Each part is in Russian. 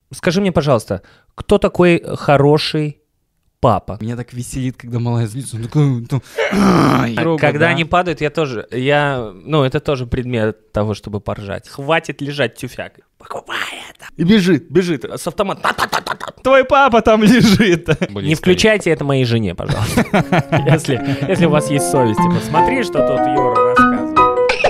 Скажи мне, пожалуйста, кто такой хороший папа? Меня так веселит, когда малая злится. Он такой, Когда они падают, это тоже предмет того, чтобы поржать. Хватит лежать, тюфяк. Покупай это. И бежит с автоматом. твой папа там лежит. Не включайте это моей жене, пожалуйста. Если у вас есть совесть, посмотри, что тут Юра рассказывает.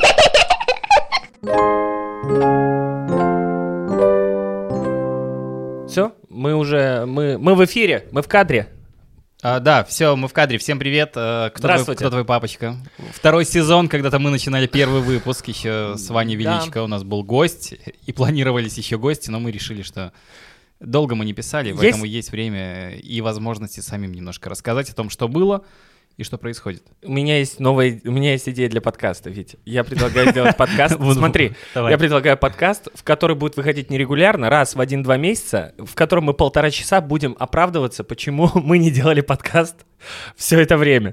Все, мы в эфире, мы в кадре. Да, все, мы в кадре. Всем привет. Здравствуйте. Кто твой папочка? Второй сезон, когда-то мы начинали первый выпуск еще с Ваней Величко. У нас был гость, и планировались еще гости, но мы решили, что долго мы не писали, поэтому есть время и возможности самим немножко рассказать о том, что было и что происходит. У меня есть идея для подкаста, Витя. Я предлагаю сделать подкаст. Смотри, я предлагаю подкаст, в который будет выходить нерегулярно, раз в 1-2 месяца, в котором мы 1,5 часа будем оправдываться, почему мы не делали подкаст все это время.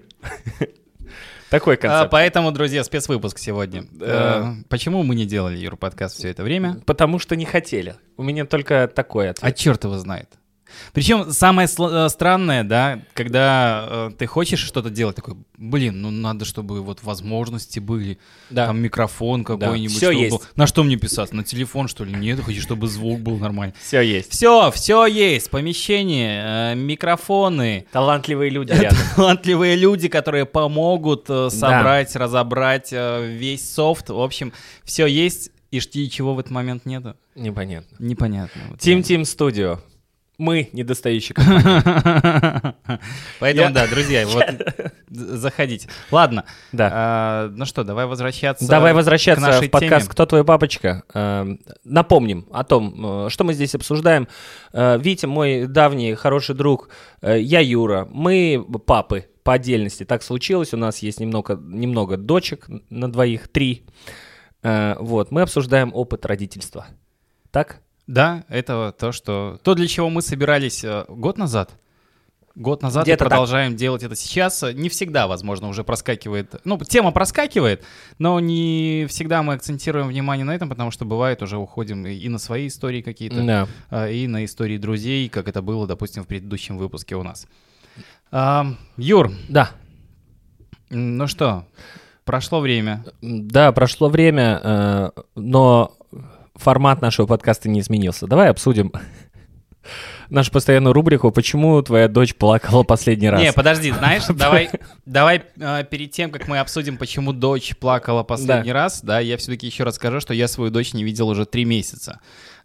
Такой концепт. Поэтому, друзья, спецвыпуск сегодня. Почему мы не делали, Юр, подкаст все это время? Потому что не хотели. У меня только такой ответ. А черт его знает. Причем самое странное, да, когда ты хочешь что-то делать, такой, надо, чтобы вот возможности были, там микрофон какой-нибудь. Все есть. Был. На что мне писать? На телефон, что ли? Нет, хочешь, чтобы звук был нормальный. Все есть. Все есть. Помещение, микрофоны. Талантливые люди рядом. Талантливые люди, которые помогут собрать, разобрать весь софт. В общем, все есть. И чего в этот момент нету? Непонятно. Team Studio. Мы недостающие компания. Поэтому, друзья, вот заходите. Ладно. Ну что, давай возвращаться к нашей в подкаст теме. «Кто твой папочка?». Напомним о том, что мы здесь обсуждаем. Витя, мой давний хороший друг, я Юра. Мы папы по отдельности. Так случилось. У нас есть немного дочек на двоих, 3. Вот. Мы обсуждаем опыт родительства. Так? Да, это то, для чего мы собирались год назад. Где-то и продолжаем делать это сейчас. Не всегда, возможно, уже проскакивает. Тема проскакивает, но не всегда мы акцентируем внимание на этом, потому что бывает уже уходим и на свои истории какие-то, и на истории друзей, как это было, допустим, в предыдущем выпуске у нас. Юр. Да. Ну что, прошло время. Да, прошло время, но формат нашего подкаста не изменился. Давай обсудим нашу постоянную рубрику «Почему твоя дочь плакала последний раз?». Не, подожди, знаешь, давай перед тем, как мы обсудим, почему дочь плакала последний раз, я все-таки еще раз скажу, что я свою дочь не видел уже 3 месяца.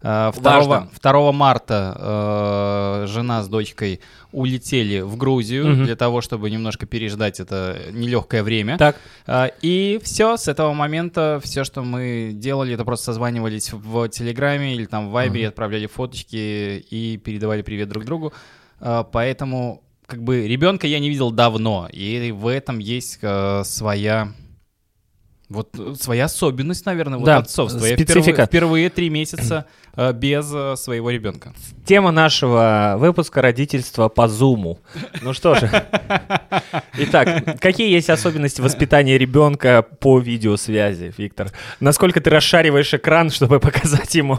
2 марта жена с дочкой улетели в Грузию для того, чтобы немножко переждать это нелегкое время. Так. И все, с этого момента все, что мы делали, это просто созванивались в Телеграме или там в Вайбере, отправляли фоточки и передавали привет друг другу. Поэтому ребенка я не видел давно, и в этом есть своя особенность, наверное, отцовства. Специфика. Я впервые 3 месяца без своего ребенка. Тема нашего выпуска — родительство по Зуму. Ну что же. Итак, какие есть особенности воспитания ребенка по видеосвязи, Виктор? Насколько ты расшариваешь экран, чтобы показать ему?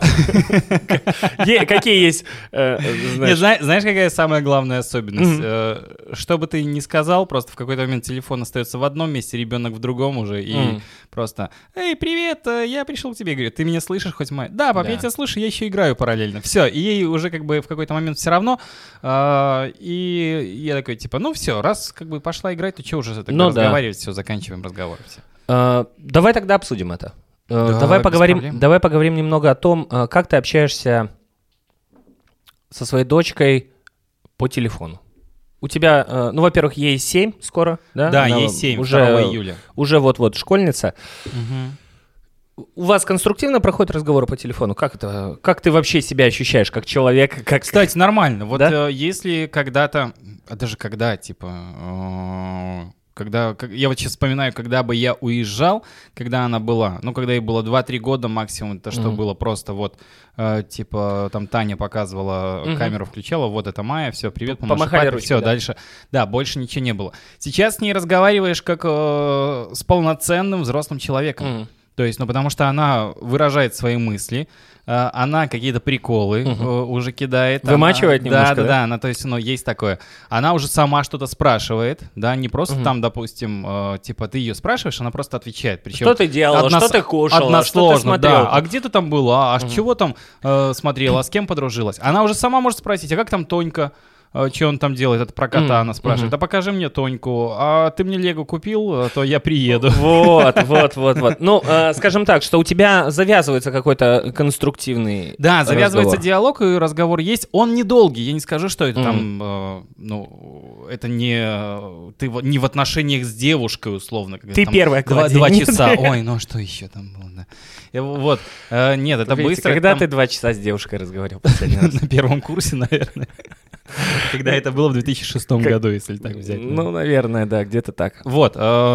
Какие есть... Знаешь, какая самая главная особенность? Что бы ты ни сказал, просто в какой-то момент телефон остается в одном месте, ребенок в другом уже, и просто: «Эй, привет, я пришел к тебе». Говорю: «Ты меня слышишь хоть мать?» «Да, пап, я тебя слышу, я еще играю параллельно». Все, и ей уже в какой-то момент все равно. И я такой, все, раз пошла играть, то что уже разговаривать, все, заканчиваем разговор. Давай тогда обсудим это. Давай поговорим немного о том, как ты общаешься со своей дочкой по телефону. У тебя, во-первых, ей 7 скоро, да? Да, ей 7, уже 2 июля. Уже вот-вот школьница. У вас конструктивно проходят разговоры по телефону? Как это? Как ты вообще себя ощущаешь как человек? Кстати, нормально. Вот да? Если когда-то, даже когда, я вот сейчас вспоминаю, когда бы я уезжал, когда она была, когда ей было 2-3 года максимум, это что было просто там Таня показывала, камеру включала, вот это Майя, все, привет, помахали ручкой, все, дальше. Да, больше ничего не было. Сейчас с ней разговариваешь как с полноценным взрослым человеком. То То есть, потому что она выражает свои мысли, она какие-то приколы уже кидает. Вымачивает немножко, да? Она, то есть, есть такое. Она уже сама что-то спрашивает, да, не просто там, допустим, типа ты ее спрашиваешь, она просто отвечает. Причем что ты делала, что ты кушала, что ты смотрела. Да. А где ты там была, чего там смотрела, с кем подружилась? Она уже сама может спросить, а как там Тонька? Что он там делает, это про кота она спрашивает. А покажи мне Тоньку, а ты мне Лего купил, то я приеду. Вот. Ну, скажем так, что у тебя завязывается какой-то конструктивный Да, завязывается диалог, и разговор есть. Он недолгий, я не скажу, что это там, это не ты не в отношениях с девушкой, условно. Ты первая клади. 2 часа. Ой, ну что еще там было, да. Вот, нет, это быстро. Когда ты 2 часа с девушкой разговаривал последний раз? На первом курсе, наверное. Когда это было в 2006 году, если так взять. Ну, наверное, да, где-то так. Вот.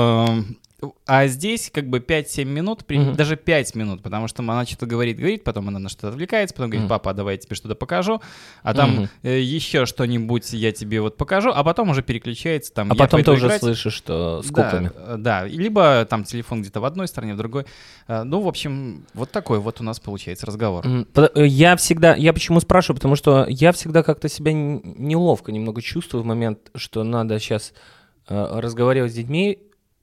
А здесь как бы 5-7 минут, даже 5 минут, потому что она что-то говорит, потом она на что-то отвлекается, потом говорит, папа, давай я тебе что-то покажу, а там еще что-нибудь я тебе вот покажу, а потом уже переключается там. А потом ты уже слышишь, что с куклами. Да, либо там телефон где-то в одной стороне, в другой. Ну, в общем, вот такой вот у нас получается разговор. Я почему спрашиваю, потому что я всегда как-то себя неловко немного чувствую в момент, что надо сейчас разговаривать с детьми.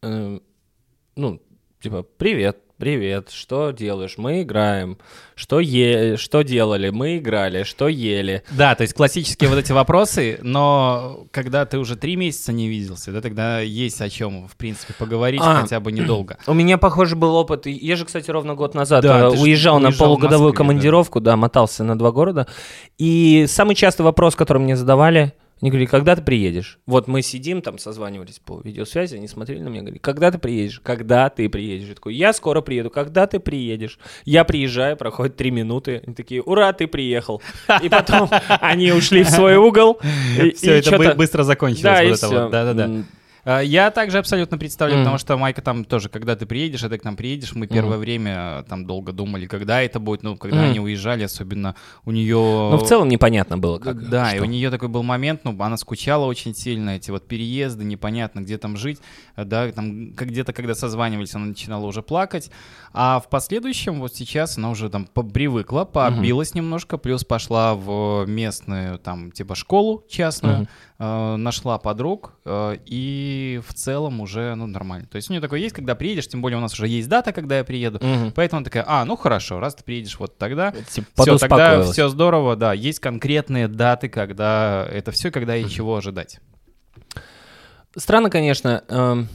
Ну, типа, привет, что делаешь? Мы играем. Что делали? Мы играли. Что ели? Да, то есть классические вот эти вопросы, но когда ты уже 3 месяца не виделся, да, тогда есть о чем, в принципе, поговорить хотя бы недолго. У меня, похоже, был опыт. Я же, кстати, ровно год назад уезжал на полугодовую Москве, командировку, да, мотался на 2 города. И самый частый вопрос, который мне задавали, они говорили, когда ты приедешь? Вот мы сидим, там созванивались по видеосвязи, они смотрели на меня, говорили, когда ты приедешь? Когда ты приедешь? Я такой, я скоро приеду, когда ты приедешь? Я приезжаю, проходит 3 минуты, они такие, ура, ты приехал. И потом они ушли в свой угол. Все это быстро закончилось. Да, и все. Да. Я также абсолютно представляю, потому что Майка там тоже, когда ты приедешь, а ты к нам приедешь, мы первое время там долго думали, когда это будет, когда они уезжали, особенно у нее... Ну, в целом непонятно было, как. Да, что? И у нее такой был момент, она скучала очень сильно, эти вот переезды, непонятно, где там жить, да, там где-то, когда созванивались, она начинала уже плакать, а в последующем вот сейчас она уже там привыкла, пообилась немножко, плюс пошла в местную там типа школу частную, нашла подруг, и в целом уже, нормально. То есть у нее такое есть, когда приедешь, тем более у нас уже есть дата, когда я приеду, поэтому она такая, ну хорошо, раз ты приедешь вот тогда, все, тогда все здорово, да, есть конкретные даты, когда это все, когда и чего ожидать. Странно, конечно,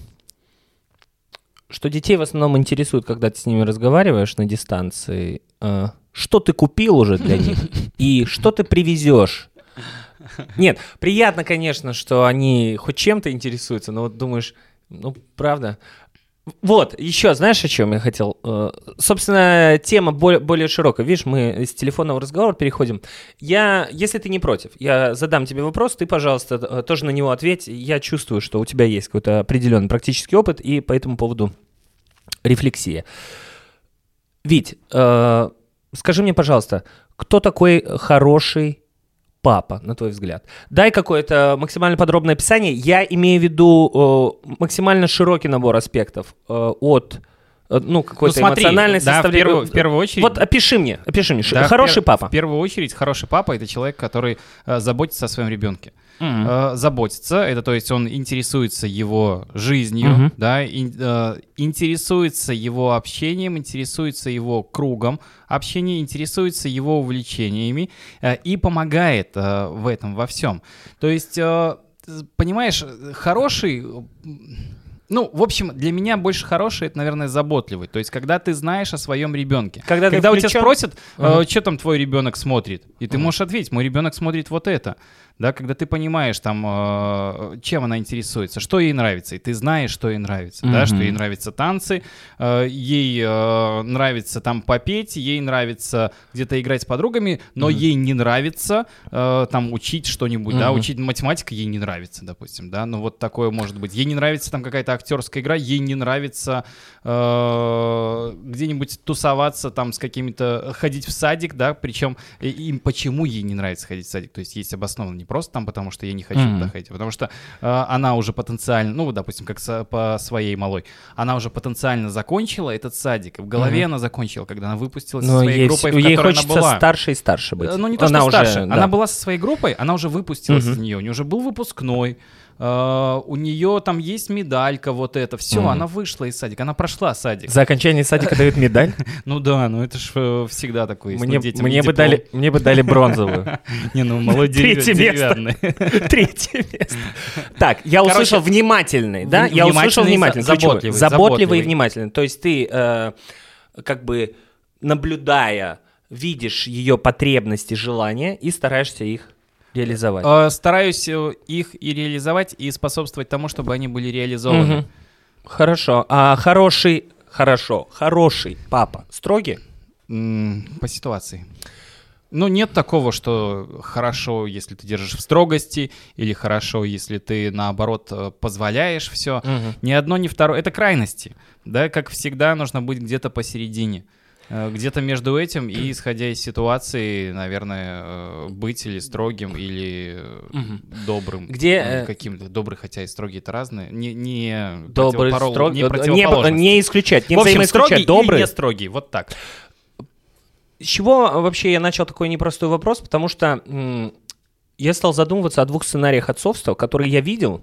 что детей в основном интересует, когда ты с ними разговариваешь на дистанции, что ты купил уже для них и что ты привезешь. Нет, приятно, конечно, что они хоть чем-то интересуются, но вот думаешь, правда. Вот, еще, знаешь, о чем я хотел? Собственно, тема более широкая. Видишь, мы с телефонного разговора переходим. Если ты не против, я задам тебе вопрос, ты, пожалуйста, тоже на него ответь. Я чувствую, что у тебя есть какой-то определенный практический опыт, и по этому поводу рефлексия. Вить, скажи мне, пожалуйста, кто такой хороший папа, на твой взгляд? Дай какое-то максимально подробное описание. Я имею в виду максимально широкий набор аспектов от какой-то эмоциональной составляющей. В первую очередь... Вот опиши мне. Да, хороший папа. В первую очередь, хороший папа — это человек, который заботится о своем ребенке. Заботится, это то есть он интересуется его жизнью, да, интересуется его общением, интересуется его кругом общения, интересуется его увлечениями и помогает в этом во всем. То есть, понимаешь, хороший... в общем, для меня больше хороший — это, наверное, заботливый. То есть, когда ты знаешь о своем ребенке. Когда у тебя спросят, что там твой ребенок смотрит, и ты можешь ответить, мой ребенок смотрит вот это. Да, когда ты понимаешь, там, чем она интересуется, что ей нравится, и ты знаешь, что ей нравится, да, что ей нравятся танцы, ей нравится там попеть, ей нравится где-то играть с подругами, но ей не нравится там учить что-нибудь, да, учить математику ей не нравится, допустим, да, вот такое может быть. Ей не нравится там какая-то актерская игра, ей не нравится где-нибудь тусоваться там с какими-то, ходить в садик, да, причем им почему ей не нравится ходить в садик, то есть есть обоснованно не просто там, потому что я не хочу туда ходить, а потому что она уже потенциально, ну, допустим, как по своей малой, она уже потенциально закончила этот садик, в голове она закончила, когда она выпустилась со своей группой, в которой она была. Ей хочется старше и старше быть. Ну, не то, что старше, она была со своей группой, она уже выпустилась из нее, у нее уже был выпускной, у нее там есть медалька, вот это, все, она вышла из садика, она прошла садик. За окончание садика дают медаль? Ну да, ну это ж всегда такое есть. Мне бы дали бронзовую. Не, ну молодец. Третье место. Так, я услышал внимательный, да? Я услышал внимательный. Заботливый и внимательный. То есть ты как бы наблюдая, видишь ее потребности, желания и стараешься их реализовать. Стараюсь их и реализовать, и способствовать тому, чтобы они были реализованы. Хорошо. А хороший папа строгий? По ситуации. Ну, нет такого, что хорошо, если ты держишь в строгости, или хорошо, если ты, наоборот, позволяешь все. Ни одно, ни второе. Это крайности. Да, как всегда, нужно быть где-то посередине. Где-то между этим и, исходя из ситуации, наверное, быть или строгим, или добрым. Каким-то добрый, хотя и строгий — это разные. Не добрый, строгий, противоположность. Не исключать, не в общем, взаимоисключать. Добрый или не строгий, вот так. С чего вообще я начал такой непростой вопрос? Потому что я стал задумываться о 2 сценариях отцовства, которые я видел,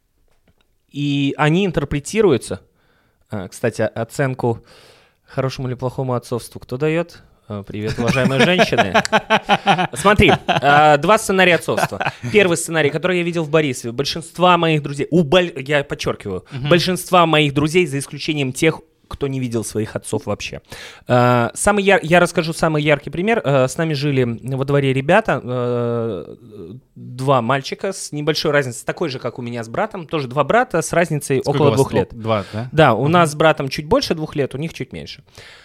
и они интерпретируются. Кстати, оценку хорошему или плохому отцовству кто дает? Привет, уважаемые женщины. Смотри, 2 сценария отцовства. Первый сценарий, который я видел в Борисове. Большинства моих друзей, я подчеркиваю, большинства моих друзей, за исключением тех, кто не видел своих отцов вообще. Я расскажу самый яркий пример. С нами жили во дворе ребята, 2 мальчика с небольшой разницей, такой же, как у меня с братом, тоже 2 брата с разницей около 2 лет. 2, да? Да, у нас с братом чуть больше 2 лет, у них чуть меньше.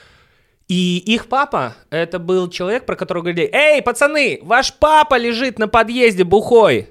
И их папа, это был человек, про которого говорили: «Эй, пацаны, ваш папа лежит на подъезде бухой».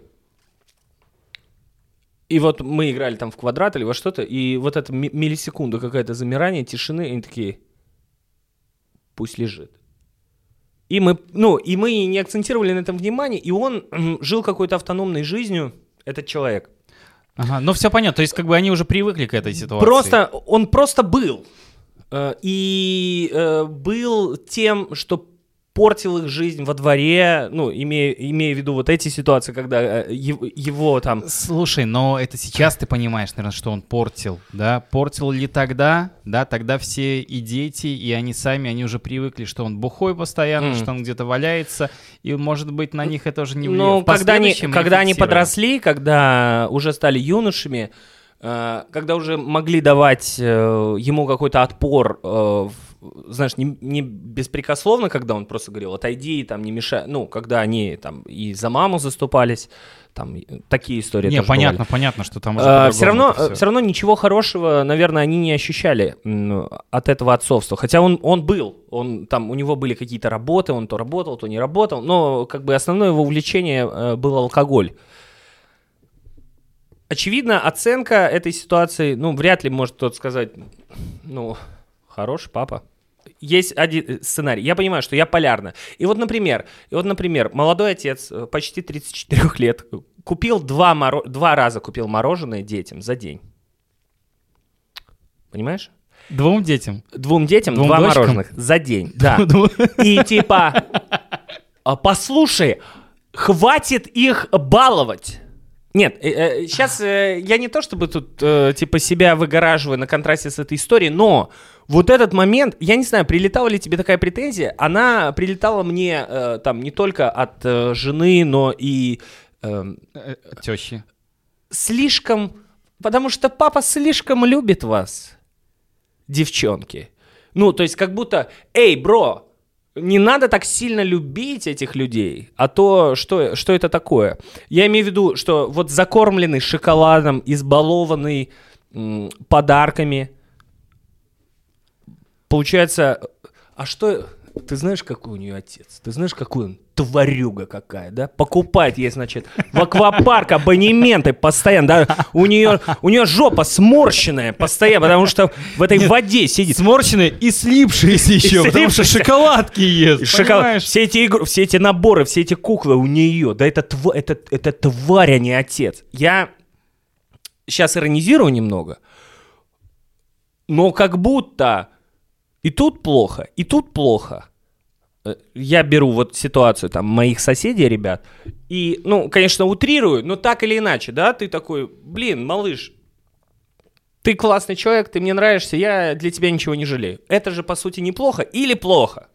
И вот мы играли там в квадрат или во что-то, и вот это миллисекунда какое-то замирание, тишины, и они такие: пусть лежит. И мы не акцентировали на этом внимание, и он жил какой-то автономной жизнью, этот человек. Ага, ну все понятно, то есть как бы они уже привыкли к этой ситуации. Он просто был. И был тем, что портил их жизнь во дворе, ну, имея в виду вот эти ситуации, когда его там... Слушай, но это сейчас ты понимаешь, наверное, что он портил, да? Портил ли тогда? Да, тогда все и дети, и они сами, они уже привыкли, что он бухой постоянно, что он где-то валяется, и, может быть, на них это уже не влияет. Ну, когда они подросли, когда уже стали юношами, когда уже могли давать ему какой-то отпор, знаешь, не беспрекословно, когда он просто говорил: отойди, там, не мешай, ну, когда они там и за маму заступались, там, такие истории тоже понятно, бывали. Понятно, что там уже все равно ничего хорошего, наверное, они не ощущали от этого отцовства, хотя он был, там, у него были какие-то работы, он то работал, то не работал, но как бы основное его увлечение был алкоголь. Очевидно, оценка этой ситуации, ну, вряд ли может кто-то сказать: ну, хороший папа. Есть один сценарий. Я понимаю, что я полярна. И вот, например, молодой отец, почти 34 лет, купил 2 раза купил мороженое детям за день. Понимаешь? 2 детям? 2 детям 2 мороженых за день. Да. И типа, послушай, хватит их баловать. Нет, сейчас я не то чтобы тут типа себя выгораживаю на контрасте с этой историей, но вот этот момент, я не знаю, прилетала ли тебе такая претензия, она прилетала мне там не только от жены, но и... тещи. Слишком... Потому что папа слишком любит вас, девчонки. Ну, то есть как будто: эй, бро, не надо так сильно любить этих людей, а то что это такое? Я имею в виду, что вот закормленный шоколадом, избалованный подарками, получается, а что... ты знаешь, какой у нее отец? Ты знаешь, какой он? Тварюга какая, да? Покупает ей, значит, в аквапарк абонементы постоянно, да? У нее жопа сморщенная постоянно, потому что в этой воде сидит. Сморщенная и слипшаяся еще, потому что шоколадки ест, Все эти наборы, все эти куклы у нее, да, это тварь, а не отец. Я сейчас иронизирую немного, но как будто и тут плохо, и тут плохо. Я беру вот ситуацию там моих соседей, ребят, и, ну, конечно, утрирую, но так или иначе, да, ты такой, блин, малыш, ты классный человек, ты мне нравишься, я для тебя ничего не жалею. Это же, по сути, неплохо или плохо?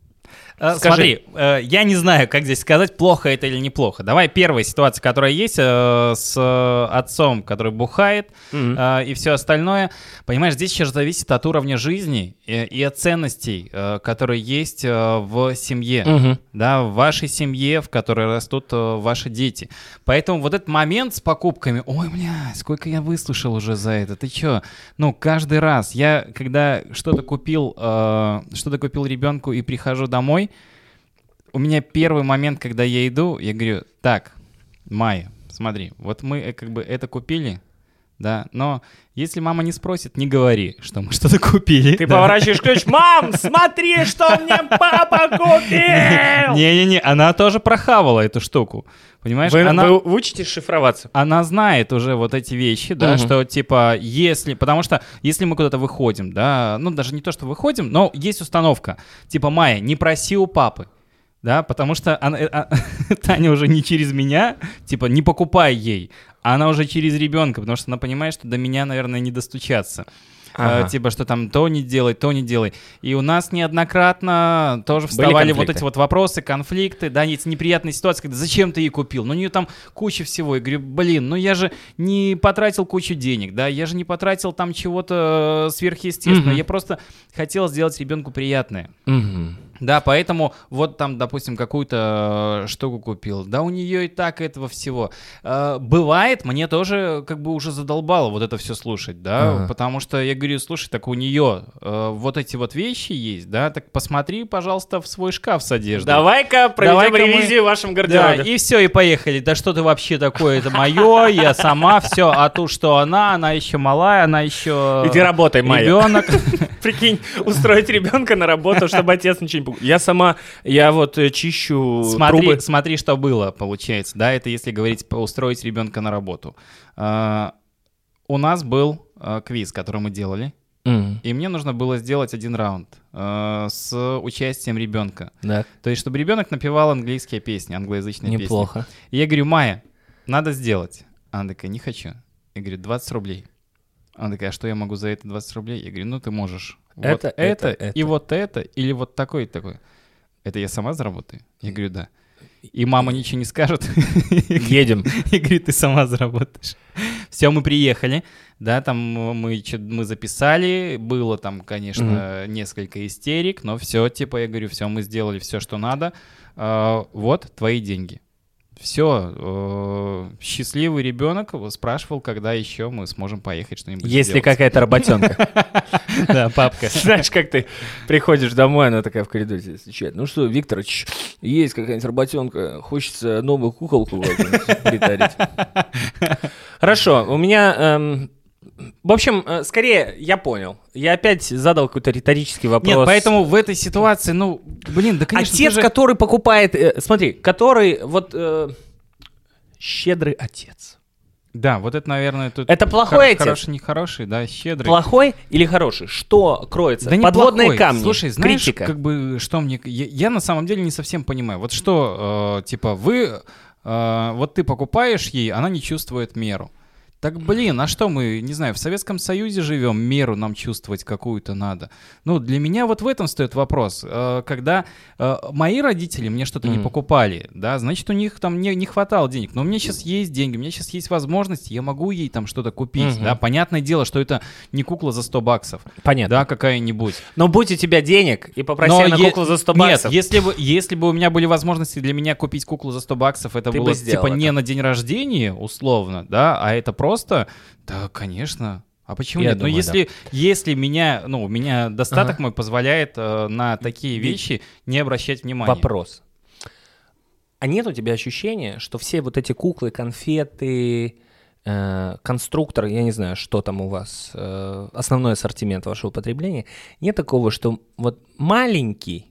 Смотри, я не знаю, как здесь сказать, плохо это или неплохо. Давай первая ситуация, которая есть с отцом, который бухает, и все остальное. Понимаешь, здесь еще зависит от уровня жизни и от ценностей, которые есть в семье, да, в вашей семье, в которой растут ваши дети. Поэтому вот этот момент с покупками, ой, бля, сколько я выслушал уже за это, ты че? Ну, каждый раз, я когда что-то купил ребенку и прихожу домой, у меня первый момент, когда я иду, я говорю, так, Майя, смотри, вот мы как бы это купили, да, но если мама не спросит, не говори, что мы что-то купили. Ты поворачиваешь ключ, мам, смотри, что мне папа купил! Не-не-не, она тоже прохавала эту штуку, понимаешь? Вы учитесь шифроваться? Она знает уже вот эти вещи, да, что типа потому что если мы куда-то выходим, да, ну даже не то, что выходим, но есть установка, типа, Майя, не проси у папы. Да, потому что Таня уже не через меня, типа, не покупай ей, а она уже через ребенка, потому что она понимает, что до меня, наверное, не достучаться. Типа, что там то не делай, то не делай. И у нас неоднократно тоже вставали вот эти вот вопросы, конфликты, да, эти неприятные ситуации, когда зачем ты ей купил? Ну, у нее там куча всего. Я говорю, блин, ну я же не потратил кучу денег, да, я же не потратил там чего-то сверхъестественного. Я просто хотел сделать ребенку приятное. Да, поэтому вот там, допустим, какую-то штуку купил. Да, у нее и так этого всего. Бывает, мне тоже как бы уже задолбало вот это все слушать, да, потому что я говорю, слушай, так у нее вот эти вот вещи есть, да, так посмотри, пожалуйста, в свой шкаф с одеждой. Давай-ка проведем ревизию в вашем гардеробе. Да, и все, и поехали. Да что ты вообще такое, это мое, я сама, все, а тут что она еще малая, она еще... Иди работай, Майя. Ребенок. Прикинь, устроить ребенка на работу, чтобы отец ничего не покупал. Я вот чищу трубы. Смотри, что было, получается, да, это если говорить устроить ребенка на работу. У нас был квиз, который мы делали, и мне нужно было сделать один раунд с участием ребенка. Да. То есть, чтобы ребенок напевал английские песни, англоязычные песни. Неплохо. И я говорю, Майя, надо сделать. Она такая, не хочу. Я говорю, 20 рублей. Она такая, а что я могу за это 20 рублей? Я говорю, ну ты можешь вот это, и вот это, или вот такой и такой. Это я сама заработаю? Я говорю, да. И мама ничего не скажет. Едем. Я говорю, ты сама заработаешь. Все, мы приехали, да, там мы записали, было там, конечно, несколько истерик, но все, типа, я говорю, все, мы сделали все, что надо, вот твои деньги. Все, счастливый ребенок спрашивал, когда еще мы сможем поехать что-нибудь сделать. Есть ли какая-то работенка? Да, папка. Знаешь, как ты приходишь домой, она такая в коридоре встречает. Ну что, Викторович, есть какая-нибудь работенка? Хочется новую куколку притарить. Хорошо, у меня... В общем, скорее, я понял. Я опять задал какой-то риторический вопрос. Нет, поэтому в этой ситуации, ну, блин, да, конечно... Отец, который покупает... смотри, который вот... щедрый отец. Да, вот это, наверное... Тут это плохой отец? Хороший, нехороший, да, щедрый. Плохой или хороший? Что кроется? Да подводные неплохой. камни. Слушай, знаешь, критика. Как бы, что мне... Я на самом деле не совсем понимаю. Вот что, типа, вот ты покупаешь ей, она не чувствует меру. Так, блин, а что мы, не знаю, в Советском Союзе живем, меру нам чувствовать какую-то надо. Ну, для меня вот в этом стоит вопрос. Когда мои родители мне что-то не покупали, да, значит, у них там не хватало денег. Но у меня сейчас есть деньги, у меня сейчас есть возможность, я могу ей там что-то купить, да. Понятное дело, что это не кукла за $100. Понятно. Да, какая-нибудь. Но будь у тебя денег и попроси на куклу за $100. Нет, если бы у меня были возможности для меня купить куклу за $100, это было типа не на день рождения, условно, да, а это просто, да, конечно, А почему Я нет? думаю, если меня, у меня достаток мой позволяет на такие вещи не обращать внимания. Вопрос. А нет у тебя ощущения, что все вот эти куклы, конфеты, конструкторы, я не знаю, что там у вас, основной ассортимент вашего потребления, нет такого, что вот маленький,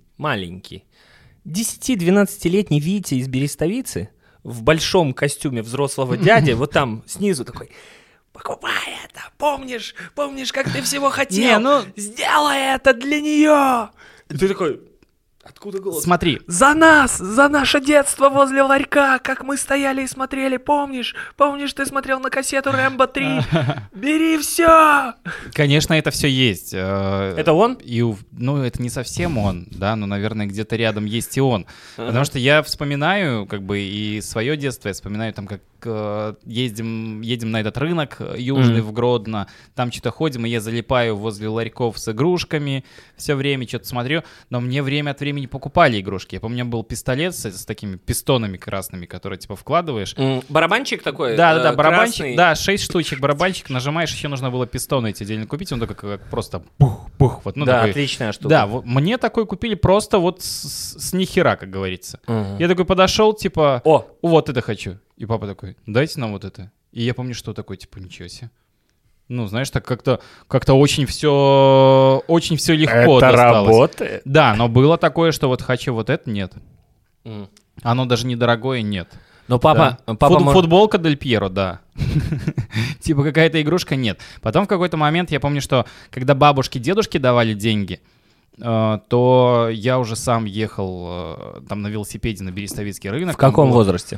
10-12-летний Витя из Берестовицы в большом костюме взрослого дяди, вот там снизу такой: покупай это, помнишь, как ты всего хотел, сделай это для нее. И ты такой: откуда голос? Смотри. За нас, за наше детство возле ларька, как мы стояли и смотрели, помнишь, ты смотрел на кассету Рэмбо 3, бери все. Конечно, это все есть. Это он? Это не совсем он, да, но, наверное, где-то рядом есть и он. Потому что я вспоминаю, как бы, и свое детство, я вспоминаю, там, как едем на этот рынок южный в Гродно, там что-то ходим, и я залипаю возле ларьков с игрушками все время, что-то смотрю, но мне время от времени покупали игрушки. Я помню, у меня был пистолет с такими пистонами красными, которые, типа, вкладываешь. Барабанчик такой? Да, барабанчик, красный. Да, 6 штучек барабанчик, нажимаешь, еще нужно было пистоны эти отдельно купить, он только как просто бух-бух. Вот, да, такой, отличная штука. Да, мне такой купили просто вот с нихера, как говорится. Я такой подошел, типа, вот это хочу. И папа такой: дайте нам вот это. И я помню, что такое, типа, ничего себе. Знаешь, так как-то очень все легко это досталось. Работает? Да, но было такое, что вот хочу вот это, нет. Оно даже недорогое, нет. Но папа... Да. Футболка Дель Пьеро, да. Типа какая-то игрушка, нет. Потом в какой-то момент я помню, что когда бабушки, дедушки давали деньги, то я уже сам ехал там на велосипеде на Берестовицкий рынок. В каком возрасте?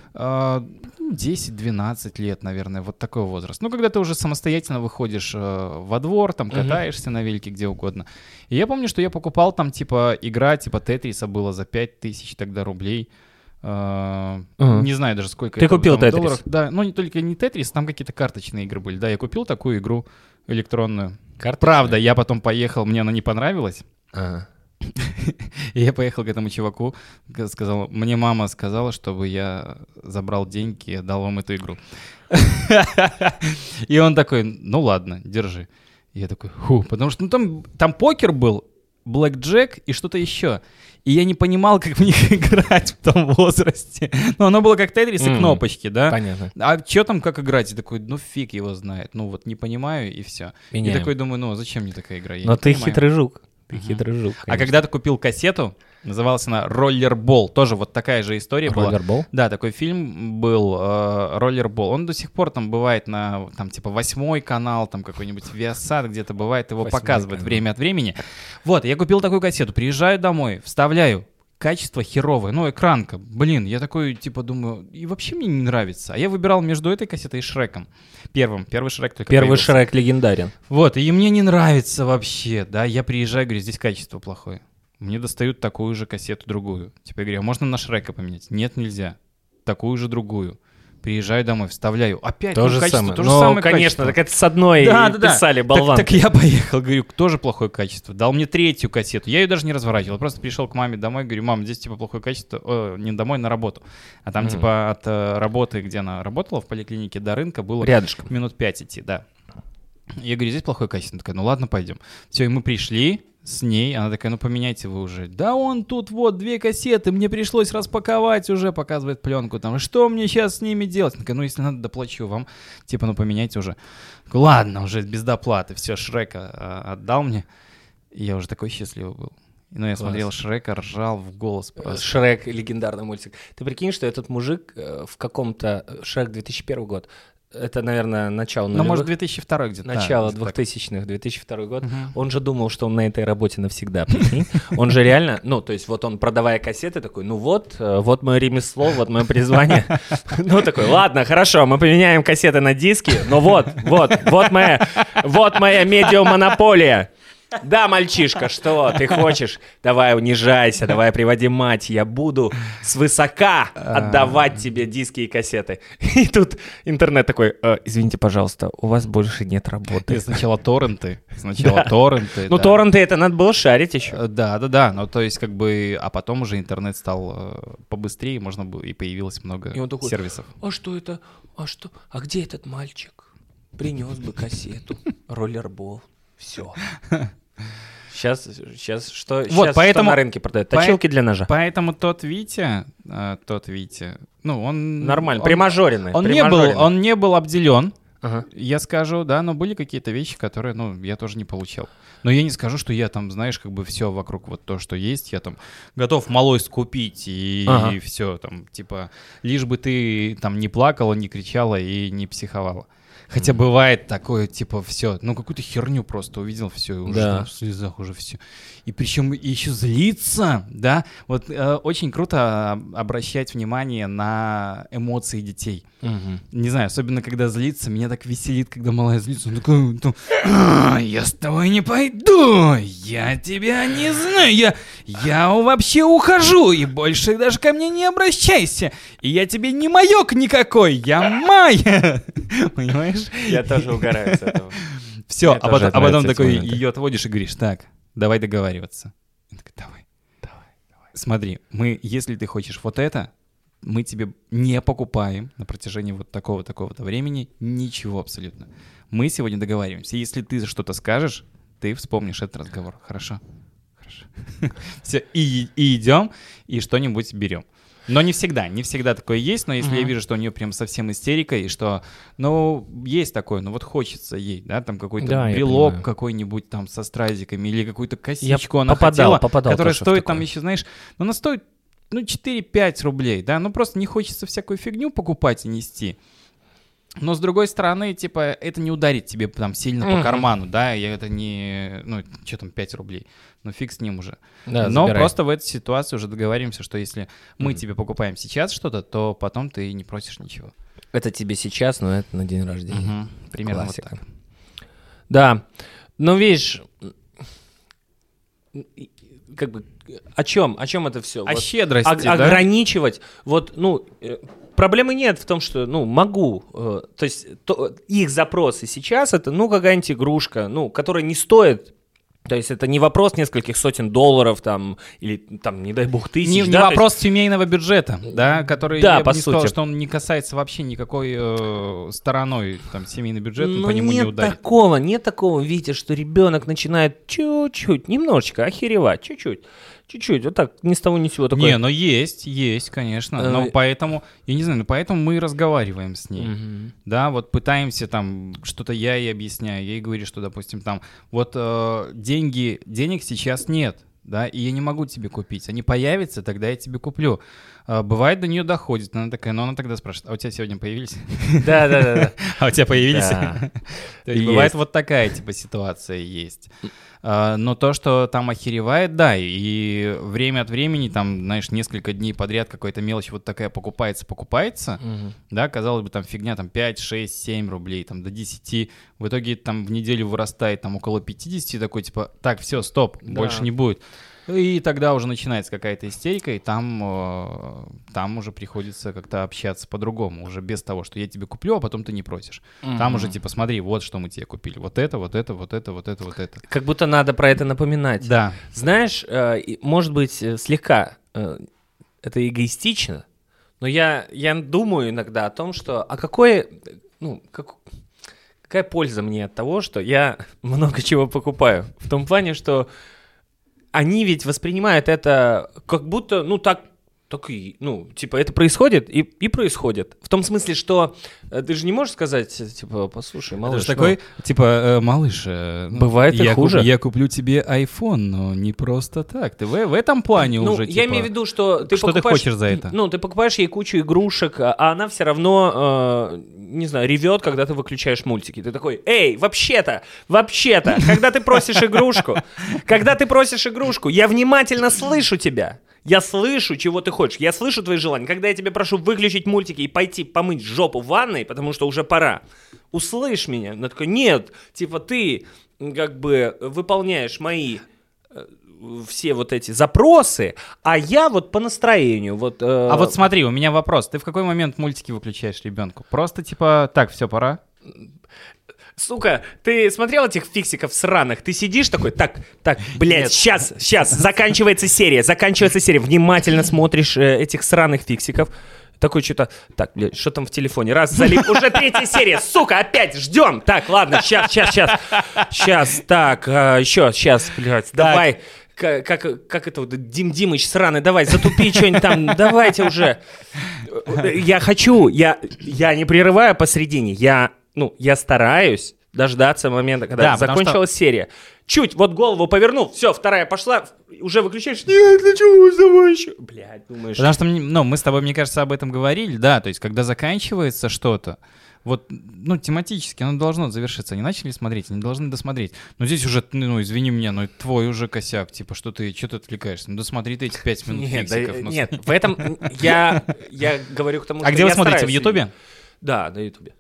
10-12 лет, наверное, вот такой возраст. Когда ты уже самостоятельно выходишь во двор, там катаешься на велике где угодно. И я помню, что я покупал там, типа, игра, типа Тетриса была за 5000 тогда рублей. Не знаю даже сколько. Ты купил Тетрис? Долларов. Да, не только не Тетрис, там какие-то карточные игры были. Да, я купил такую игру электронную. Правда, я потом поехал, мне она не понравилась. И я поехал к этому чуваку, сказал: мне мама сказала, чтобы я забрал деньги и отдал вам эту игру. И он такой: ну ладно, держи. И я такой: потому что там покер был, блэкджек и что-то еще. И я не понимал, как в них играть в том возрасте. Оно было как Тетрис и кнопочки, да? Понятно. А что там, как играть? И такой: фиг его знает. Вот не понимаю, и все. И такой думаю: зачем мне такая игра? Но ты хитрый жук. Хитрый жук, а когда ты купил кассету, называлась она «Роллербол», тоже вот такая же история была. «Роллербол»? Да, такой фильм был «Роллербол». Он до сих пор там бывает на, там, типа, 8 канал, там какой-нибудь Viasat где-то бывает, его показывает время от времени. Вот, я купил такую кассету, приезжаю домой, вставляю, качество херовое, экранка. Блин, я такой, типа, думаю, и вообще мне не нравится. А я выбирал между этой кассетой и Шреком. Первый Шрек только Первый появился. Шрек легендарен. Вот, и мне не нравится вообще, да. Я приезжаю, говорю: здесь качество плохое. Мне достают такую же кассету, другую. Типа, я говорю: а можно на Шрека поменять? Нет, нельзя. Такую же, другую. Приезжаю домой, вставляю. Опять то же качество, самое. то же самое конечно, качество. так это с одной писали болванки. Так я поехал, говорю: тоже плохое качество. Дал мне третью кассету. Я ее даже не разворачивал. Просто пришел к маме домой, говорю: мам, здесь типа плохое качество. Не домой, на работу. А там типа от работы, где она работала, в поликлинике, до рынка было рядышком. Минут 5 идти, да. Я говорю: здесь плохое качество. Она такая: ну ладно, пойдем. Все, и мы пришли с ней. Она такая: поменяйте вы уже. Да тут вот 2 кассеты, мне пришлось распаковать уже, показывает пленку. Там, что мне сейчас с ними делать? Она такая: если надо, доплачу вам. Типа, поменяйте уже. Ладно, уже без доплаты. Все, Шрека отдал мне. И я уже такой счастливый был. Я смотрел Шрека, ржал в голос просто. Шрек — легендарный мультик. Ты прикинь, что этот мужик в каком-то... Шрек 2001 год. Это, наверное, начало нулевых. Может, 2002 где-то. Начало 2000-х, 2002 год. Он же думал, что он на этой работе навсегда, прикинь. Он же реально, то есть вот он, продавая кассеты, такой: вот мое ремесло, вот мое призвание. Такой: ладно, хорошо, мы поменяем кассеты на диски, но вот моя медиамонополия. Да, мальчишка, что ты хочешь? Давай унижайся, давай приводи мать, я буду свысока отдавать тебе диски и кассеты. И тут интернет такой: извините, пожалуйста, у вас больше нет работы. И сначала торренты. Торренты. Торренты это надо было шарить еще. Да. То есть а потом уже интернет стал побыстрее, можно было, и появилось много сервисов. А что это? А где этот мальчик? принес бы кассету, роллербол, все. Сейчас что, Вот, сейчас поэтому, что на рынке продают? Точилки для ножа. Поэтому тот Витя, ну, он... Нормально, примажоренный. Он не был обделен, я скажу, да, но были какие-то вещи, которые, ну, я тоже не получал. Но я не скажу, что я там, знаешь, как бы все вокруг вот то, что есть, я там готов малой скупить и все там, типа, лишь бы ты там не плакала, не кричала и не психовала. Хотя бывает такое, типа, все, ну, какую-то херню просто увидел, все, уже в слезах уже все. И причем еще злиться, да, вот очень круто обращать внимание на эмоции детей. Не знаю, особенно когда злится, меня так веселит, когда малая злится, он такой, я с тобой не пойду, я тебя не знаю, я вообще ухожу, и больше даже ко мне не обращайся, и я тебе не маёк никакой, я Майя, понимаешь? Я тоже угораю с этого. Все, а потом такой ее отводишь и говоришь, так, давай договариваться. Он такой, давай. Смотри, если ты хочешь вот это, мы тебе не покупаем на протяжении вот такого-то времени ничего абсолютно. Мы сегодня договариваемся. Если ты что-то скажешь, ты вспомнишь этот разговор. Хорошо? Все, и идем, и что-нибудь берем. Но не всегда такое есть, но если я вижу, что у нее прям совсем истерика, и что, ну, есть такое, ну вот хочется ей, да, там какой-то брелок какой-нибудь там со стразиками или какую-то косичку она хотела, которая стоит там еще, знаешь, ну, она стоит, 4-5 рублей, да, ну просто не хочется всякую фигню покупать и нести. Но с другой стороны, типа, это не ударит тебе там сильно по карману, да, и это не, что там, 5 рублей, фиг с ним уже. Да, но забирай. Просто в этой ситуации уже договоримся, что если мы тебе покупаем сейчас что-то, то потом ты не просишь ничего. Это тебе сейчас, но это на день рождения. Примерно классика. Вот так. Да, но видишь, как бы, о чем это все? О щедрости, да? Ограничивать, проблемы нет в том, что, могу, то есть их запросы сейчас это, какая-нибудь игрушка, которая не стоит, то есть это не вопрос нескольких сотен долларов там, или там, не дай бог, тысяч. Не вопрос семейного бюджета, да, который, я бы не сказал, что он не касается вообще никакой стороной, там, семейный бюджет, по нему не ударит. Нет такого, Витя, что ребенок начинает чуть-чуть, немножечко охеревать, чуть-чуть, вот так, ни с того ни с сего такое. Не, есть, конечно, но поэтому, я не знаю, поэтому мы разговариваем с ней, да, вот пытаемся там, что-то я ей объясняю, я ей говорю, что, допустим, там, вот денег сейчас нет, да, и я не могу тебе купить, они появятся, тогда я тебе куплю. Бывает, до нее доходит, она такая, но она тогда спрашивает, а у тебя сегодня появились? Да. А у тебя появились? То есть бывает вот такая, типа, ситуация есть. Но то, что там охеревает, да, и время от времени, там, знаешь, несколько дней подряд какая-то мелочь вот такая покупается, да, казалось бы, там фигня, там 5, 6, 7 рублей, там до 10, в итоге там в неделю вырастает там около 50, такой, типа, так, все, стоп, больше не будет. И тогда уже начинается какая-то истерика, и там уже приходится как-то общаться по-другому, уже без того, что я тебе куплю, а потом ты не просишь. Там уже типа, смотри, вот что мы тебе купили, вот это. Как будто надо про это напоминать. Да. Знаешь, может быть, слегка это эгоистично, но я думаю иногда о том, что, какая польза мне от того, что я много чего покупаю? В том плане, что они ведь воспринимают это как будто, это происходит и происходит. В том смысле, что ты же не можешь сказать, типа, послушай, малыш. Это же такой, типа, малыш, бывает и хуже. Я куплю тебе iPhone, но не просто так. Ты в этом плане уже, я имею в виду, что ты покупаешь... Что ты хочешь за это? Ты покупаешь ей кучу игрушек, а она все равно, не знаю, ревет, когда ты выключаешь мультики. Ты такой, эй, вообще-то, когда ты просишь игрушку, я внимательно слышу тебя. Я слышу, чего ты хочешь, я слышу твои желания. Когда я тебя прошу выключить мультики и пойти помыть жопу в ванной, потому что уже пора, услышь меня. Она такая, нет, типа ты как бы выполняешь мои все вот эти запросы, а я вот по настроению. А вот смотри, у меня вопрос. Ты в какой момент мультики выключаешь ребенку? Просто типа, так, все, пора? Сука, ты смотрел этих фиксиков сраных? Ты сидишь такой, так, блядь, сейчас, заканчивается серия, внимательно смотришь этих сраных фиксиков, Такой что-то, так, блядь, что там в телефоне? Раз, залип, уже 3-я серия, сука, опять ждем. Так, ладно, сейчас, так, еще, сейчас, блядь, давай. Как это вот, Дим Димыч сраный, давай, затупи что-нибудь там, давайте уже. Я хочу, я не прерываю посредине, я стараюсь дождаться момента, когда закончилась серия. Чуть вот голову повернул, все, 2-я пошла, уже выключаешь, нет, для чего, давай еще. Блядь, думаешь. Потому что, мы с тобой, мне кажется, об этом говорили, да, то есть, когда заканчивается что-то, вот, тематически оно должно завершиться. Они начали смотреть, они должны досмотреть. Но здесь уже, извини меня, но это твой уже косяк, типа, что ты отвлекаешься? Досмотри ты эти 5 минут фиксиков. Нет, в этом я говорю к тому, что А где вы смотрите, в Ютубе? Да, на Ютубе.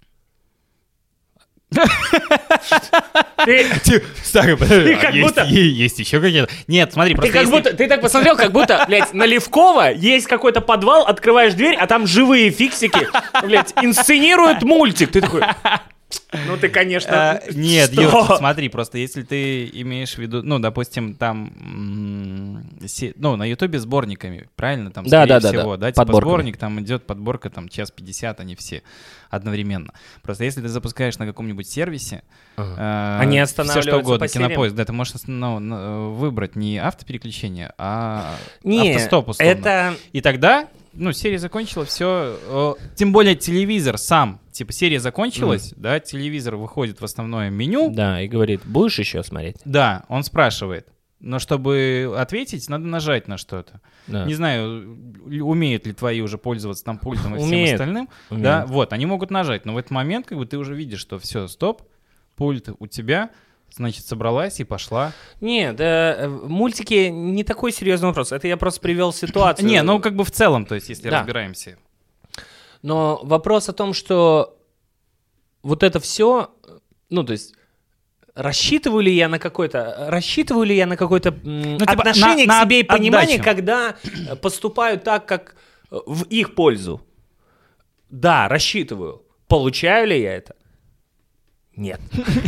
Есть еще какие-то. Нет, смотри, просто. Ты так посмотрел, как будто, блядь, на Левкова есть какой-то подвал, открываешь дверь, а там живые фиксики, блядь, инсценируют мультик. Ты такой. Ну, ты, конечно... Нет, Юр, смотри, просто если ты имеешь в виду, допустим, там, на Ютубе сборниками, правильно? Там, скорее всего, да, типа сборник, там идет подборка, там, 1:50, они все одновременно. Просто если ты запускаешь на каком-нибудь сервисе, они останавливаются все что угодно, по сериям. Кинопоиск, да, ты можешь выбрать не автопереключение, а автостоп, условно. Это... И тогда... серия закончилась, все. Тем более телевизор сам, типа серия закончилась, да, телевизор выходит в основное меню. Да, и говорит, будешь еще смотреть? Да, он спрашивает. Но чтобы ответить, надо нажать на что-то. Да. Не знаю, умеют ли твои уже пользоваться там пультом и всем остальным. Умеют. Да, вот, они могут нажать, но в этот момент как бы ты уже видишь, что все, стоп, пульт у тебя. Значит, собралась и пошла. Нет, мультики не такой серьезный вопрос. Это я просто привел ситуацию. Не, как бы в целом, то есть, если разбираемся. Но вопрос о том, что вот это все, то есть, рассчитываю ли я на какое-то отношение к себе и понимание, когда поступаю так, как в их пользу? Да, рассчитываю. Получаю ли я это? Нет.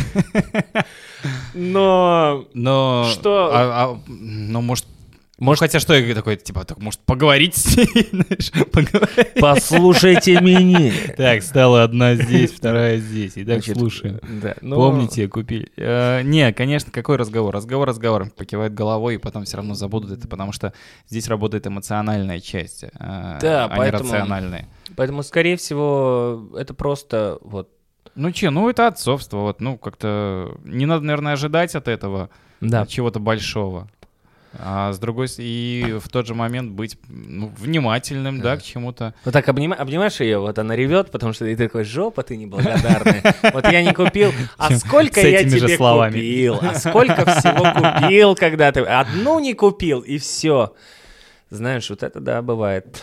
Но что... Может, хотя что я такой, типа, может, поговорить с ней, знаешь, поговорить. Послушайте меня. Так, стала одна здесь, 2-я здесь. И так слушаем. Помните, купили. Не, конечно, какой разговор? Разговор. Покивают головой, и потом все равно забудут это, потому что здесь работает эмоциональная часть, а не рациональная. Поэтому, скорее всего, это просто вот. Это отцовство, как-то не надо, наверное, ожидать от этого чего-то большого. А с другой стороны, и в тот же момент быть внимательным, к чему-то. Вот так обнимаешь ее, вот она ревет, потому что ты такой, жопа ты неблагодарная. Вот я не купил, а сколько я тебе купил, а сколько всего купил, когда ты одну не купил, и все. Знаешь, вот это да, бывает.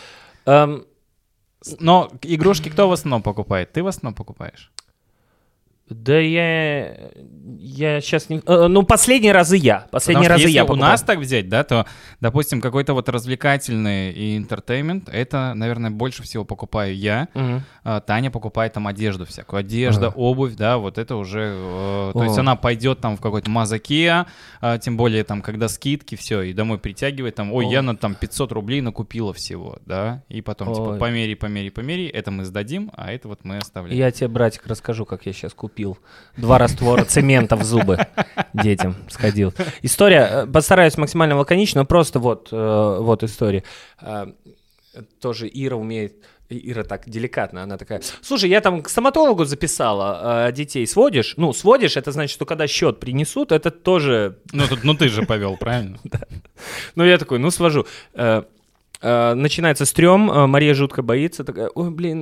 Но игрушки кто в основном покупает? Ты в основном покупаешь? Да я сейчас не... последние разы я. Если у нас так взять, да, то, допустим, какой-то вот развлекательный и интертеймент, это, наверное, больше всего покупаю я. Таня покупает там одежду всякую. Одежда, обувь, да, вот это уже... То есть она пойдет там в какой-то Мазаке, тем более там, когда скидки, все, и домой притягивает, там, я на там 500 рублей накупила всего, да, и потом, типа, помери, это мы сдадим, а это вот мы оставляем. Я тебе, братик, расскажу, как я сейчас купил 2 раствора цемента в зубы детям сходил. История, постараюсь максимально лаконично, но просто вот история. Тоже Ира умеет... Ира так деликатно, она такая, слушай, я там к стоматологу записала, детей сводишь? Сводишь, это значит, что когда счет принесут, это тоже... Ты же повел, правильно? Да. Я такой, свожу. Начинается стрём, Мария жутко боится, такая, ой, блин,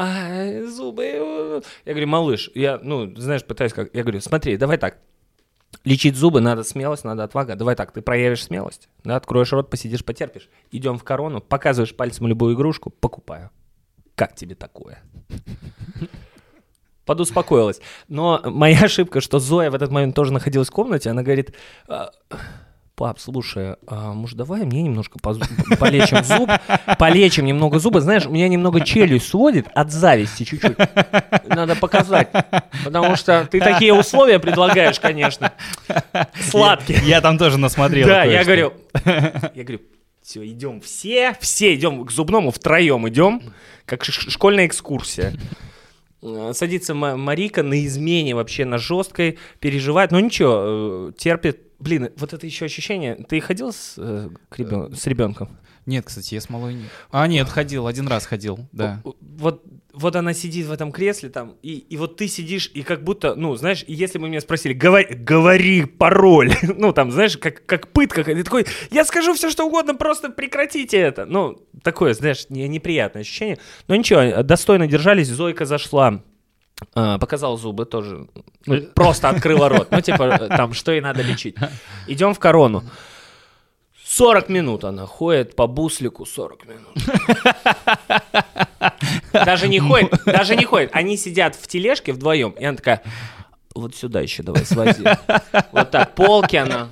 зубы. Я говорю, малыш, пытаюсь как... Я говорю, смотри, давай так, лечить зубы надо смелость, надо отвага, давай так, ты проявишь смелость, да, откроешь рот, посидишь, потерпишь, идем в корону, показываешь пальцем любую игрушку, покупаю. Как тебе такое? Подуспокоилась. Но моя ошибка, что Зоя в этот момент тоже находилась в комнате, она говорит... Пап, слушай, может, давай мне немножко полечим немного зубы. Знаешь, у меня немного челюсть сводит от зависти чуть-чуть. Надо показать. Потому что ты такие условия предлагаешь, конечно. Сладкие. Я там тоже насмотрел. Да, я говорю, Все, идем все идем к зубному втроем идем, как школьная экскурсия. Садится Марика на измене вообще, на жесткой, переживает, но ничего, терпит. Блин, вот это еще ощущение. Ты ходил с ребенком? Нет, кстати, я с малой нет. Нет, ходил, один раз ходил, да. Вот она сидит в этом кресле там, и вот ты сидишь, и как будто, ну, знаешь, если бы меня спросили, говори пароль, ну, там, знаешь, как пытка, ты такой, я скажу все, что угодно, просто прекратите это. Ну, такое, знаешь, неприятное ощущение. Но ничего, достойно держались, Зойка зашла, показала зубы тоже, ну, просто открыла рот, ну, типа, там, что ей надо лечить. Идем в корону. 40 минут она ходит по буслику, 40 минут. Даже не ходит. Они сидят в тележке вдвоем, и она такая, вот сюда еще давай свози. Вот так, полки она.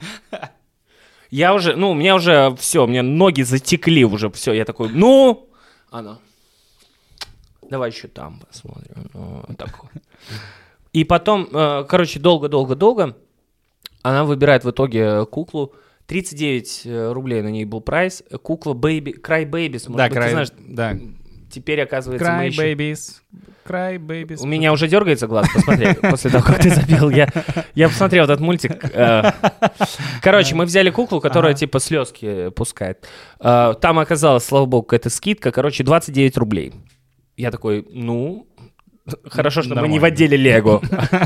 Я уже, у меня уже все, у меня ноги затекли уже, все. Я такой, она, давай еще там посмотрим. Вот так вот. И потом, короче, долго она выбирает в итоге куклу. 39 рублей на ней был прайс. Кукла Cry Babies. Да, ты знаешь, да. Теперь, оказывается, Cry Babies. У меня уже дергается глаз, посмотри, после того, как ты запел. Я посмотрел этот мультик. Короче, мы взяли куклу, которая типа слезки пускает. Там оказалась, слава богу, какая-то скидка. Короче, 29 рублей. Я такой, хорошо, что мы не в отделе Лего.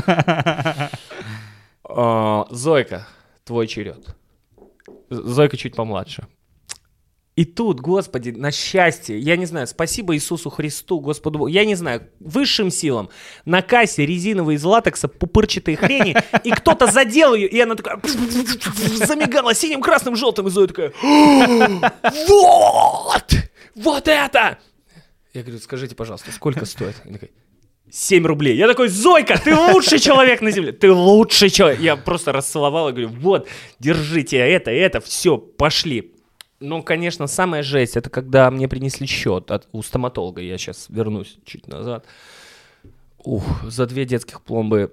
Зойка, твой черед. Зойка чуть помладше. И тут, Господи, на счастье, я не знаю, спасибо Иисусу Христу, Господу Богу, я не знаю, высшим силам, на кассе резиновые из латекса пупырчатые хрени, и кто-то задел ее, и она такая замигала синим, красным, желтым, и Зоя такая, вот это! Я говорю, скажите, пожалуйста, сколько стоит? Она такая, 7 рублей. Я такой, Зойка, ты лучший человек на земле. Ты лучший человек. Я просто расцеловал и говорю, вот, держите это, все, пошли. Ну, конечно, самая жесть, это когда мне принесли счет у стоматолога. Я сейчас вернусь чуть назад. За 2 детских пломбы.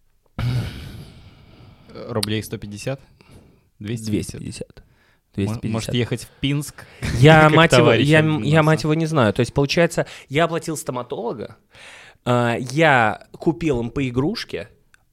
Рублей 150? 250. 250. Может ехать в Пинск? Я, мать его, не знаю. То есть, получается, я оплатил стоматолога, я купил им по игрушке.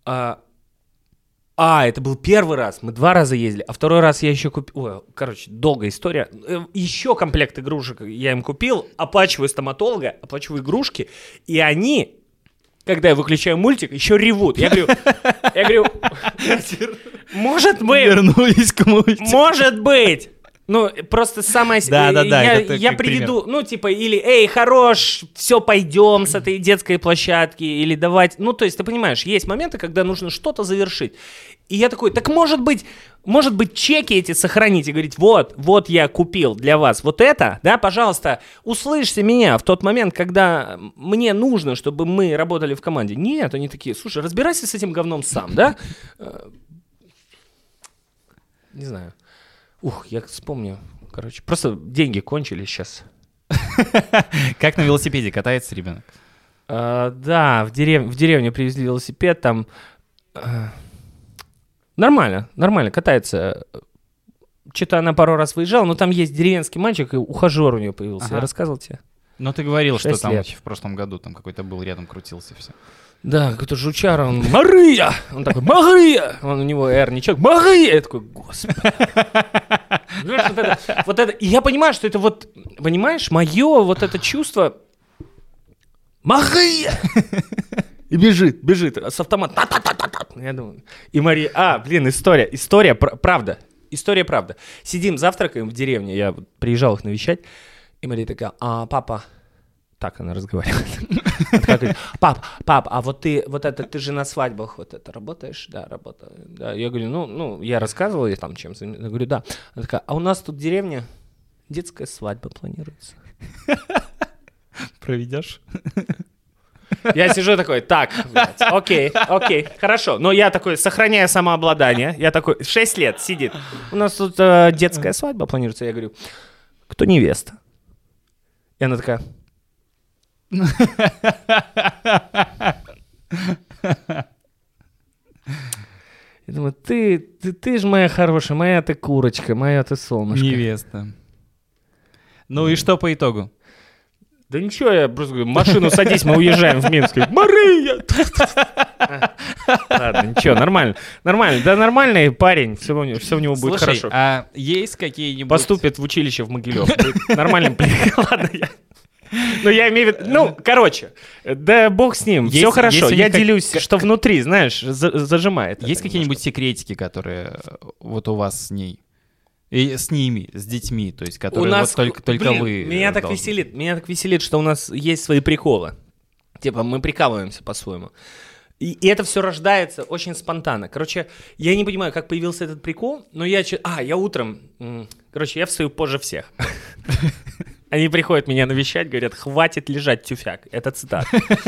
Это был первый раз, мы 2 раза ездили, а второй раз я еще купил... Короче, долгая история. Еще комплект игрушек я им купил, оплачиваю стоматолога, оплачиваю игрушки, и они, когда я выключаю мультик, еще ревут. Я говорю, может быть... Вернулись к мультику. Может быть... Ну, просто самое... Да, я приведу, или, эй, хорош, все, пойдем с этой детской площадки, или давать... Ну, то есть, ты понимаешь, есть моменты, когда нужно что-то завершить. И я такой, так может быть, чеки эти сохранить и говорить, вот я купил для вас вот это, да, пожалуйста, услышьте меня в тот момент, когда мне нужно, чтобы мы работали в команде. Нет, они такие, слушай, разбирайся с этим говном сам, да? Не знаю. Я вспомню. Короче, просто деньги кончились сейчас. Как на велосипеде катается ребенок? Да, в деревню привезли велосипед, там нормально катается. Что-то она пару раз выезжала, но там есть деревенский мальчик, и ухажер у нее появился. Я рассказывал тебе? Ну, ты говорил, что там лет. в прошлом году там какой-то был рядом, крутился все. Да, какой-то жучара, он Мария! Он такой, Мария! У него эрничок, Мария! Я такой, господи. Вот это, и я понимаю, что это вот, понимаешь, мое вот это чувство, Мария! И бежит с автоматом. Я думаю, и Мария, история, правда. Сидим, завтракаем в деревне, я приезжал их навещать, и Мария такая, папа, так она разговаривает. Пап, а вот ты же на свадьбах вот это работаешь? Да, работаю. Да. Я говорю, я рассказывал ей там чем-то. Я говорю, да. Она такая, а у нас тут в деревне детская свадьба планируется. Проведешь? Я сижу такой, так, блядь, окей, хорошо. Но я такой, сохраняя самообладание, я такой, 6 лет сидит. У нас тут детская свадьба планируется. Я говорю, кто невеста? И она такая... Я думаю, ты ты ж моя хорошая, моя ты курочка, моя ты солнышко. Невеста. Ну и что по итогу? Да ничего, я просто говорю, машину садись, мы уезжаем в Минск. Мария! Ладно, ничего, нормально. Нормально. Да нормальный парень, все у него будет хорошо. А есть какие-нибудь... Поступит в училище в Могилев. Нормальным парень. Ладно, я... Ну, я имею в виду... Ну, короче, да бог с ним, все хорошо. Я делюсь, что внутри, знаешь, зажимает. Есть какие-нибудь секретики, которые вот у вас с ней? И с ними, с детьми, то есть, которые вот только вы... Меня так веселит, что у нас есть свои приколы. Типа, мы прикалываемся по-своему. И это все рождается очень спонтанно. Короче, я не понимаю, как появился этот прикол, но я утром... Короче, я встаю позже всех. Они приходят меня навещать, говорят, хватит лежать, тюфяк. Это цитата.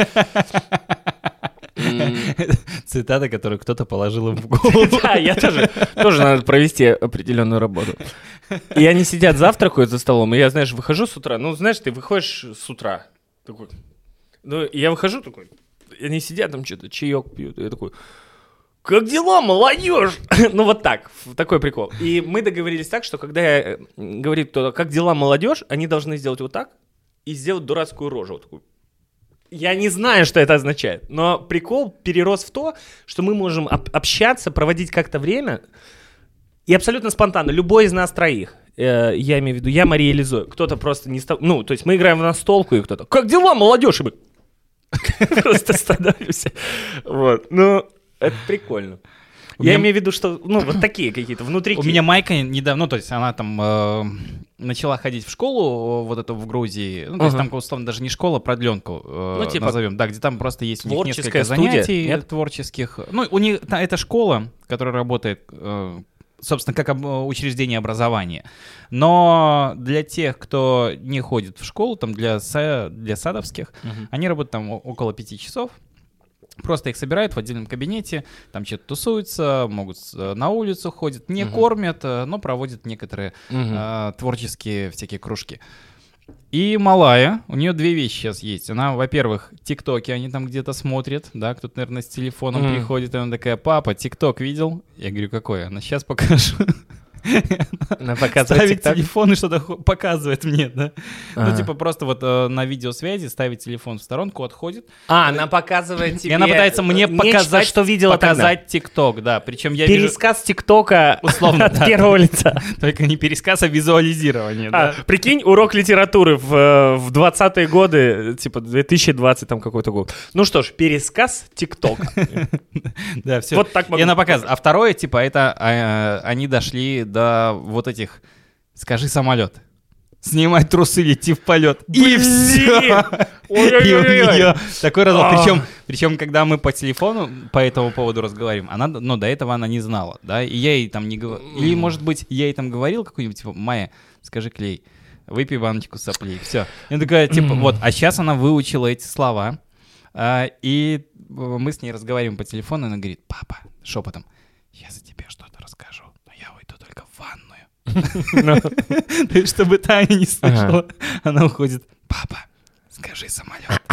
Цитата, которую кто-то положил им в голову. Да, я тоже надо провести определенную работу. И они сидят, завтракают за столом, и я, знаешь, выхожу с утра. Ну, знаешь, ты выходишь с утра. Такой. Ну, я выхожу такой, и они сидят там что-то, чаек пьют. И я такой, как дела, молодежь? Ну, вот так, такой прикол. И мы договорились так, что когда говорит кто-то, как дела, молодежь, они должны сделать вот так и сделать дурацкую рожу. Вот такую. Я не знаю, что это означает, но прикол перерос в то, что мы можем общаться, проводить как-то время, и абсолютно спонтанно. Любой из нас троих, я имею в виду, я, Мария или Зоя, кто-то просто не... Ну, то есть мы играем в настолку, и кто-то, как дела, молодежь? И мы просто становимся. Вот, ну, это прикольно. Я имею в виду, что, ну, вот такие какие-то внутри. У меня Майка недавно, ну, то есть она там начала ходить в школу, вот эту в Грузии, ну, то есть там, условно, даже не школа, продленку назовем, да, где там просто есть у них несколько занятий творческих. Ну, у них это школа, которая работает, собственно, как учреждение образования. Но для тех, кто не ходит в школу, там, для садовских, они работают там около 5 часов. Просто их собирают в отдельном кабинете, там что-то тусуются, могут на улицу ходят, не кормят, но проводят некоторые творческие всякие кружки. И малая, у нее 2 вещи сейчас есть. Она, во-первых, тиктоки, они там где-то смотрят, да, кто-то, наверное, с телефоном приходит, и она такая, папа, тикток видел? Я говорю, какой? Она сейчас покажу. Она показывает ставит телефон и что-то показывает мне, да? Ну, типа, просто вот на видеосвязи ставит телефон в сторонку, отходит. Она показывает тебе... И она пытается мне показать, что видела показать ТикТок, да. Причем я пересказ ТикТока условно от первого лица. Только не пересказ, а визуализирование, да. Прикинь, урок литературы в 20-е годы, типа 2020 там какой-то год. Ну что ж, пересказ ТикТока. Да, все. Вот так могу. И она показывает. А второе, типа, это они дошли до вот этих «Скажи самолет». Снимать трусы, лети в полет. И все. И у нее такой разговор. Причем, когда мы по телефону по этому поводу разговариваем, она, ну, до этого она не знала, да, и я ей там не говорил. Или, может быть, я ей там говорил какую-нибудь, типа, Майя, скажи клей, выпей баночку соплей, все. И она такая, типа, вот, а сейчас она выучила эти слова, и мы с ней разговариваем по телефону, и она говорит, папа, шепотом, я за тебя что-то расскажу, но я уйду только в ванную. То есть, чтобы Таня не слышала, она уходит, папа, скажи самолет.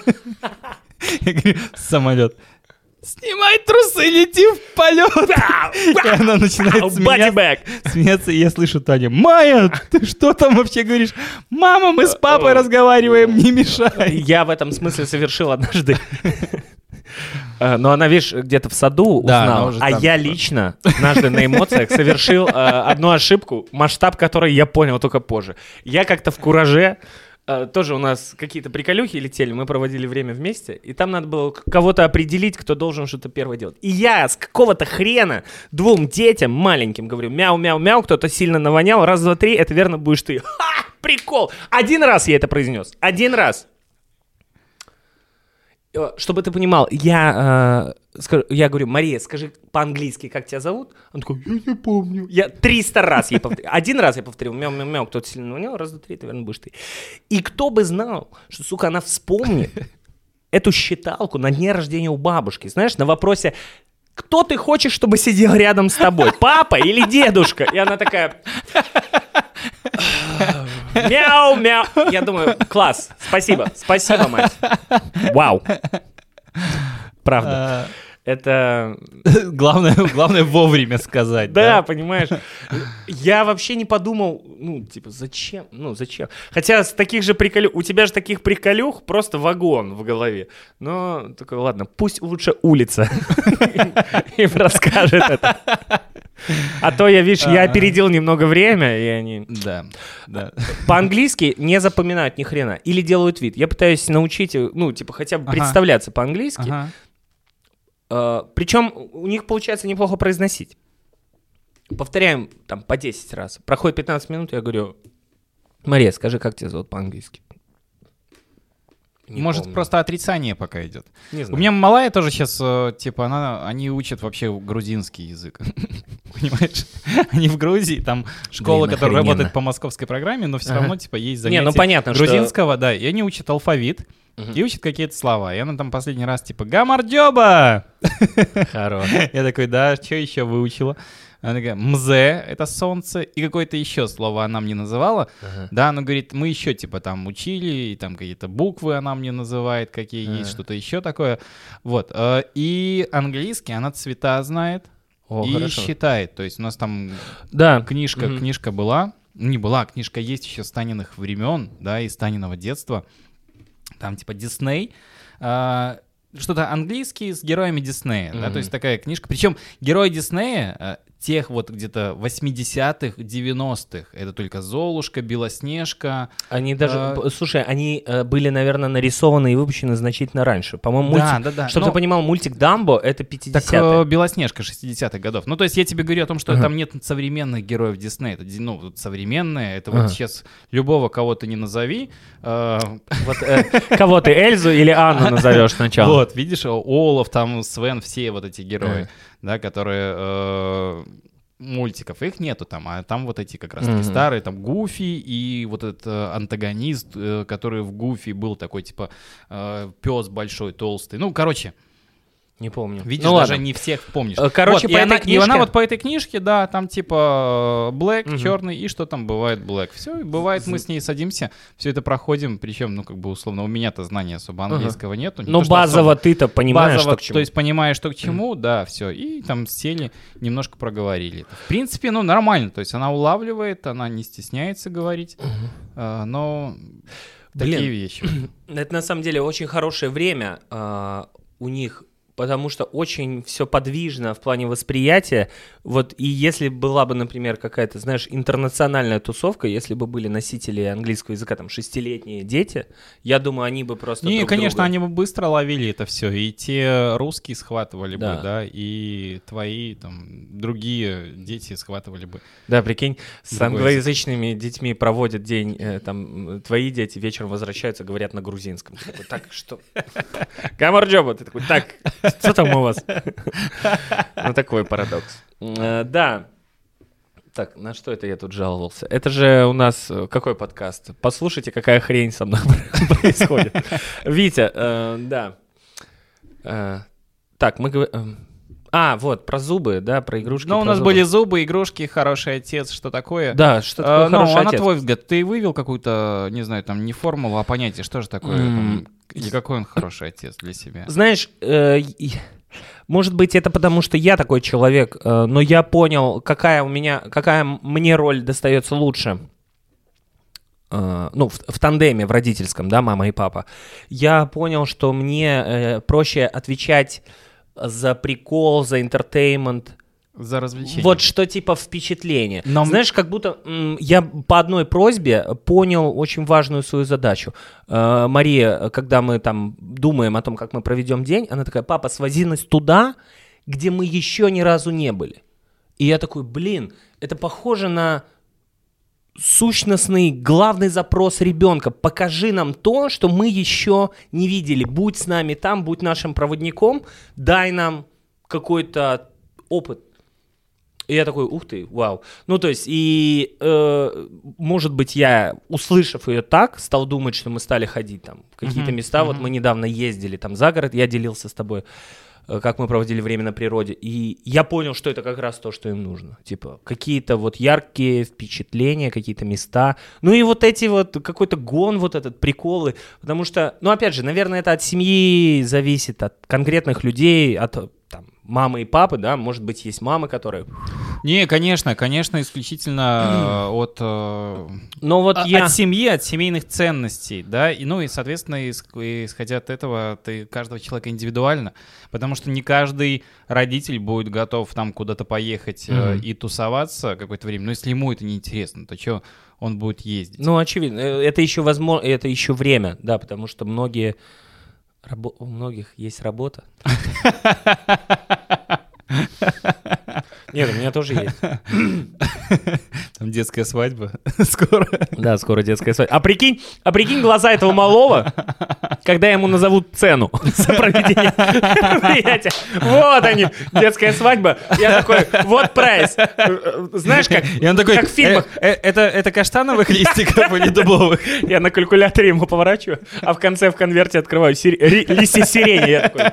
Я говорю, самолет. Снимай трусы, лети в полет. И она начинает смеяться, и я слышу Таню, Майя, ты что там вообще говоришь? Мама, мы с папой разговариваем, не мешай. Я в этом смысле совершил однажды. Но она, видишь, где-то в саду узнала, а я лично однажды на эмоциях совершил одну ошибку, масштаб которой я понял только позже. Я как-то в кураже, тоже у нас какие-то приколюхи летели, мы проводили время вместе, и там надо было кого-то определить, кто должен что-то первое делать. И я с какого-то хрена 2 детям маленьким говорю, мяу-мяу-мяу, кто-то сильно навонял, 1, 2, 3, это верно будешь ты. Ха! Прикол! 1 раз я это произнес, 1 раз. Чтобы ты понимал, я говорю, Мария, скажи по-английски, как тебя зовут? Она такая, я не помню. Я 300 раз ей повторил. 1 раз я повторил, мяу-мяу-мяу, кто-то сильно навонял, 1, 2, 3, это верно будешь ты. И кто бы знал, что, сука, она вспомнит эту считалку на дне рождения у бабушки. Знаешь, на вопросе, кто ты хочешь, чтобы сидел рядом с тобой, папа или дедушка? И она такая... Мяу-мяу. Я думаю, класс, спасибо, мать. Вау. Правда. Это... Главное вовремя сказать. Да, понимаешь. Я вообще не подумал, зачем? Хотя с таких же приколюх... У тебя же таких приколюх просто вагон в голове. Но такой, ладно, пусть лучше улица им расскажет это. А то я опередил немного время, и они... Да. По-английски не запоминают ни хрена. Или делают вид. Я пытаюсь научить, хотя бы представляться по-английски. Причем у них получается неплохо произносить. Повторяем там по 10 раз. Проходит 15 минут, я говорю: Мария, скажи, как тебя зовут по-английски? Может, помню. Просто отрицание пока идет. Не знаю. У меня малая тоже сейчас, они учат вообще грузинский язык. Понимаешь? Они в Грузии, там школа, которая работает по московской программе, но все равно, есть занятия понятно, грузинского, да, и они учат алфавит. И учат какие-то слова. И она там последний раз гамардёба! Хорош. Я такой, да, что еще выучила? Она такая, мзе, это солнце, и какое-то еще слово она мне называла. Да, она говорит, мы еще там учили, и там какие-то буквы она мне называет, какие есть, что-то еще такое. Вот. И английский она цвета знает и хорошо. считает. То есть у нас там книжка была. Не была, книжка есть еще с Таниных времен, да, из Таниного детства. Там Дисней, что-то английский с героями Диснея, да, то есть такая книжка. Причем герои Диснея, тех где-то 80-х, 90-х, это только Золушка, Белоснежка. Они даже, слушай, они были, наверное, нарисованы и выпущены значительно раньше. По-моему, мультик, чтобы ты понимал, мультик «Дамбо» — это 50-е. Так Белоснежка 60-х годов. То есть я тебе говорю о том, что там нет современных героев Диснея. Это современные, это сейчас любого кого ты не назови. Кого ты, Эльзу или Анну назовешь сначала? Вот, видишь, Олаф, там Свен, все эти герои, да, которые мультиков, их нету там, а там эти как раз таки старые, там Гуфи и этот антагонист, который в Гуфи был такой пес большой, толстый, не помню. Видишь, даже не всех помнишь. Короче, и она по этой книжке, да, там Black, черный, и что там бывает Black. Все, и бывает, мы с ней садимся, все это проходим, причем, условно, у меня-то знания особо английского нету. Но базово ты-то понимаешь, что к чему. То есть понимаешь, что к чему, да, все. И там сели, немножко проговорили. В принципе, нормально, то есть она улавливает, она не стесняется говорить, но такие вещи. Это на самом деле очень хорошее время у них, потому что очень все подвижно в плане восприятия. И если была бы, например, какая-то, знаешь, интернациональная тусовка, если бы были носители английского языка, там, 6-летние дети, я думаю, они бы просто друг конечно, друга... они бы быстро ловили это все, и те русские схватывали бы, да, и твои, там, другие дети схватывали бы. Да, прикинь, с англоязычными детьми проводят день, там, твои дети вечером возвращаются, говорят на грузинском. Ты такой, так, что? Гамарджоба! Ты такой, так... Что там у вас? Такой парадокс. Да. Так, на что это я тут жаловался? Это же у нас какой подкаст? Послушайте, какая хрень со мной происходит. Витя, да. Так, мы говорим... про зубы, да, про игрушки. У нас были зубы, игрушки, хороший отец, что такое? Да, что такое хороший отец? На твой взгляд, ты вывел какую-то, не знаю, там, не формулу, а понятие, что же такое, и какой он хороший отец для себя? Знаешь, может быть, это потому, что я такой человек, но я понял, какая мне роль достается лучше. В тандеме, в родительском, да, мама и папа. Я понял, что мне проще отвечать за прикол, за entertainment. За развлечение. Что впечатление. Знаешь, как будто я по одной просьбе понял очень важную свою задачу. Мария, когда мы там думаем о том, как мы проведем день, она такая: папа, свози нас туда, где мы еще ни разу не были. И я такой, это похоже на сущностный главный запрос ребенка. Покажи нам то, что мы еще не видели. Будь с нами там, будь нашим проводником, дай нам какой-то опыт. И я такой, ух ты, вау. Может быть, я, услышав ее так, стал думать, что мы стали ходить там в какие-то места. Мы недавно ездили там за город, я делился с тобой, как мы проводили время на природе. И я понял, что это как раз то, что им нужно. Какие-то яркие впечатления, какие-то места. И эти какой-то гон, этот приколы. Потому что, опять же, наверное, это от семьи зависит, от конкретных людей, от мамы и папы, да, может быть, есть мамы, которые... Не, конечно, исключительно от семьи, от семейных ценностей, да, и, соответственно, исходя от этого, каждого человека индивидуально, потому что не каждый родитель будет готов там куда-то поехать и тусоваться какое-то время, но если ему это неинтересно, то что он будет ездить? Ну, очевидно, это еще возможно, это еще время, да, потому что у многих есть работа. Нет, у меня тоже есть. Там детская свадьба скоро. Да, скоро детская свадьба. А прикинь глаза этого малого, когда ему назовут цену за проведение мероприятия. Вот они, детская свадьба. Я такой, вот прайс. Знаешь, как в фильмах. Это каштановых листиков или дубовых? Я на калькуляторе ему поворачиваю, а в конце в конверте открываю листья сирени. Я такой...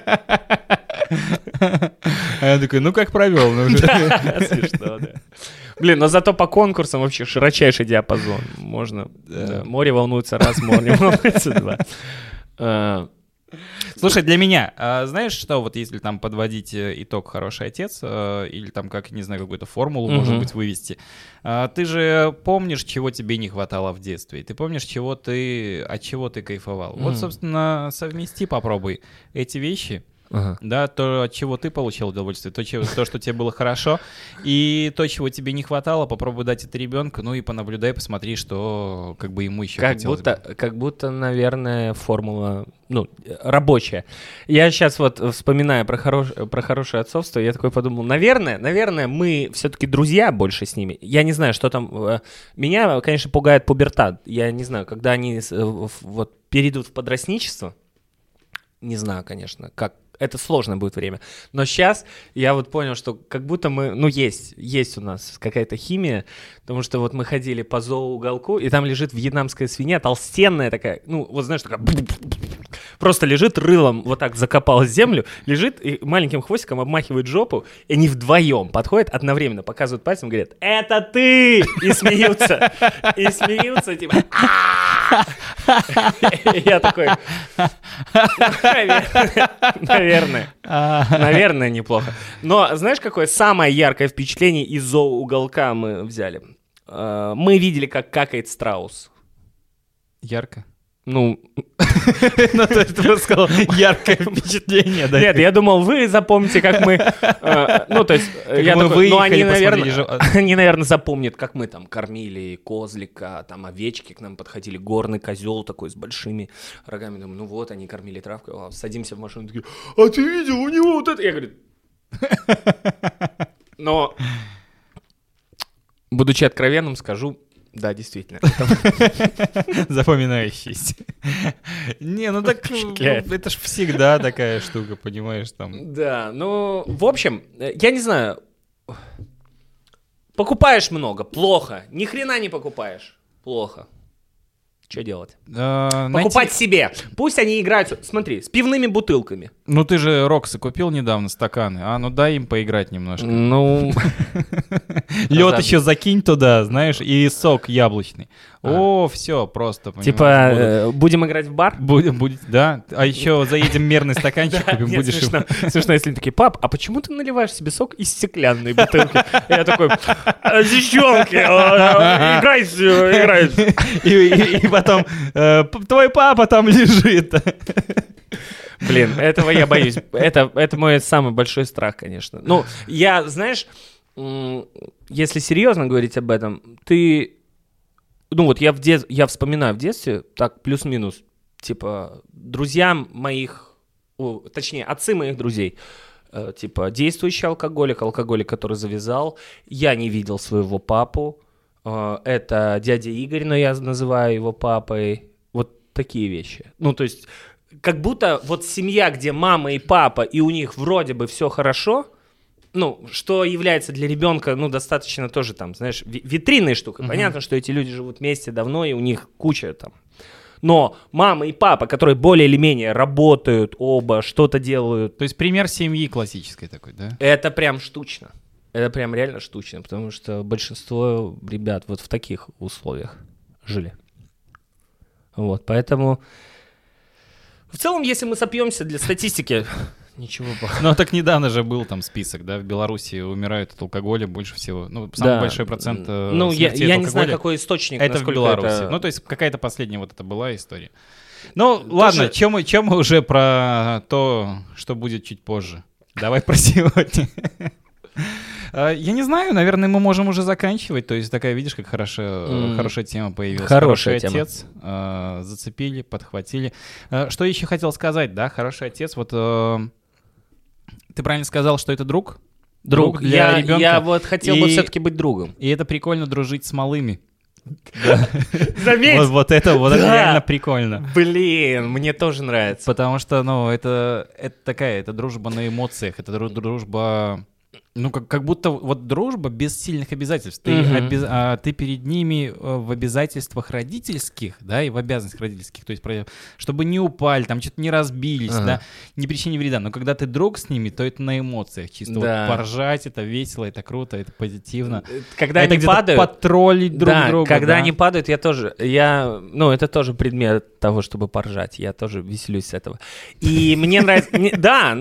А я такой, как провел? Смешно, да. Блин, но зато по конкурсам вообще широчайший диапазон. Можно... Море волнуется раз, море волнуется два. Слушай, для меня, знаешь что, вот если там подводить итог «Хороший отец», или там, какую-то формулу, может быть, вывести, ты же помнишь, чего тебе не хватало в детстве, и ты помнишь, от чего ты кайфовал. Вот, собственно, совмести, попробуй эти вещи, да, то, от чего ты получил удовольствие, то, что тебе было хорошо, и то, чего тебе не хватало, попробуй дать это ребенку, и понаблюдай, посмотри, что ему еще хотелось бы. Как будто, наверное, формула, рабочая. Я сейчас вот вспоминаю про хорошее отцовство, я такой подумал, наверное, мы все-таки друзья больше с ними. Я не знаю, что там... Меня, конечно, пугает пубертат. Я не знаю, когда они перейдут в подростничество, не знаю, конечно, как. Это сложное будет время. Но сейчас я вот понял, что как будто мы... есть у нас какая-то химия, потому что вот мы ходили по зооуголку, и там лежит вьетнамская свинья, толстенная такая, знаешь, такая... Просто лежит рылом, вот так закопалась в землю, лежит и маленьким хвостиком обмахивает жопу, и они вдвоем подходят, одновременно показывают пальцем, говорят, это ты! И смеются. И смеются, типа... Я такой... Наверное, неплохо. Но знаешь, какое самое яркое впечатление из зооуголка мы взяли? Мы видели, как какает страус. Ярко? То есть ты просто сказал яркое впечатление, да? Нет, я думал, вы запомните, как мы... то есть, я такой, они, наверное, запомнят, как мы там кормили козлика, там овечки к нам подходили, горный козел такой с большими рогами. Думаю, они кормили травкой, садимся в машину, такие, а ты видел, у него вот это? Я говорю... Но, будучи откровенным, скажу... Да, действительно. Запоминающийся. Не, так это ж всегда такая штука, понимаешь, там. Да, в общем, я не знаю. Покупаешь много, плохо. Ни хрена не покупаешь, плохо. Что делать? Покупать себе. Пусть они играют, смотри, с пивными бутылками. Ты же Роксы купил недавно стаканы. Дай им поиграть немножко. Лед еще закинь туда, знаешь, и сок яблочный. Все, просто, понимаешь. Будем играть в бар? Будем, да. А еще заедем мерный стаканчик, купим, будешь... Смешно, если они такие, пап, а почему ты наливаешь себе сок из стеклянной бутылки? Я такой, девчонки, играйте. И потом, твой папа там лежит. Блин, этого я боюсь. Это мой самый большой страх, конечно. Я, знаешь, если серьезно говорить об этом, я вспоминаю в детстве, так, плюс-минус, типа, друзьям моих, точнее, отцы моих друзей, типа, действующий алкоголик, который завязал, я не видел своего папу, это дядя Игорь, но я называю его папой, вот такие вещи. То есть, как будто вот семья, где мама и папа, и у них вроде бы все хорошо, что является для ребенка, достаточно тоже там, знаешь, витринной штукой. Понятно, что эти люди живут вместе давно, и у них куча там. Но мама и папа, которые более или менее работают оба, что-то делают. То есть пример семьи классической такой, да? Это прям штучно. Это прям реально штучно, потому что большинство ребят вот в таких условиях жили. Поэтому... В целом, если мы сопьемся для статистики, Ничего. Ну, так недавно же был там список, да, в Беларуси умирают от алкоголя больше всего. Ну, самый большой процент смертей я от не знаю, алкоголя. какой источник. Это в Беларуси. Ну, то есть какая-то последняя вот это была история. Ну, ладно, чем мы уже про то, что будет чуть позже? Давай про сегодня. Я не знаю, наверное, мы можем уже заканчивать. То есть такая, видишь, как хорошая тема появилась. Хороший отец. Зацепили, подхватили. Что еще хотел сказать, да? Хороший отец. Вот ты правильно сказал, что это друг? Друг для ребенка. Я вот хотел бы все-таки быть другом. И это прикольно дружить с малыми. Заметь! Вот это реально прикольно. Блин, мне тоже нравится. Потому что, ну, это дружба на эмоциях, это дружба... Ну, как будто вот дружба без сильных обязательств. Ты перед ними в обязательствах родительских, да, и в обязанностях родительских, то есть чтобы не упали, там что-то не разбились, да, не причинили вреда. Но когда ты друг с ними, то это на эмоциях чисто. Да. Вот поржать, это весело, это круто, это позитивно. Когда это они падают... потроллить друг друга. Когда они падают, это тоже предмет того, чтобы поржать. Я тоже веселюсь с этого. И мне нравится... Да,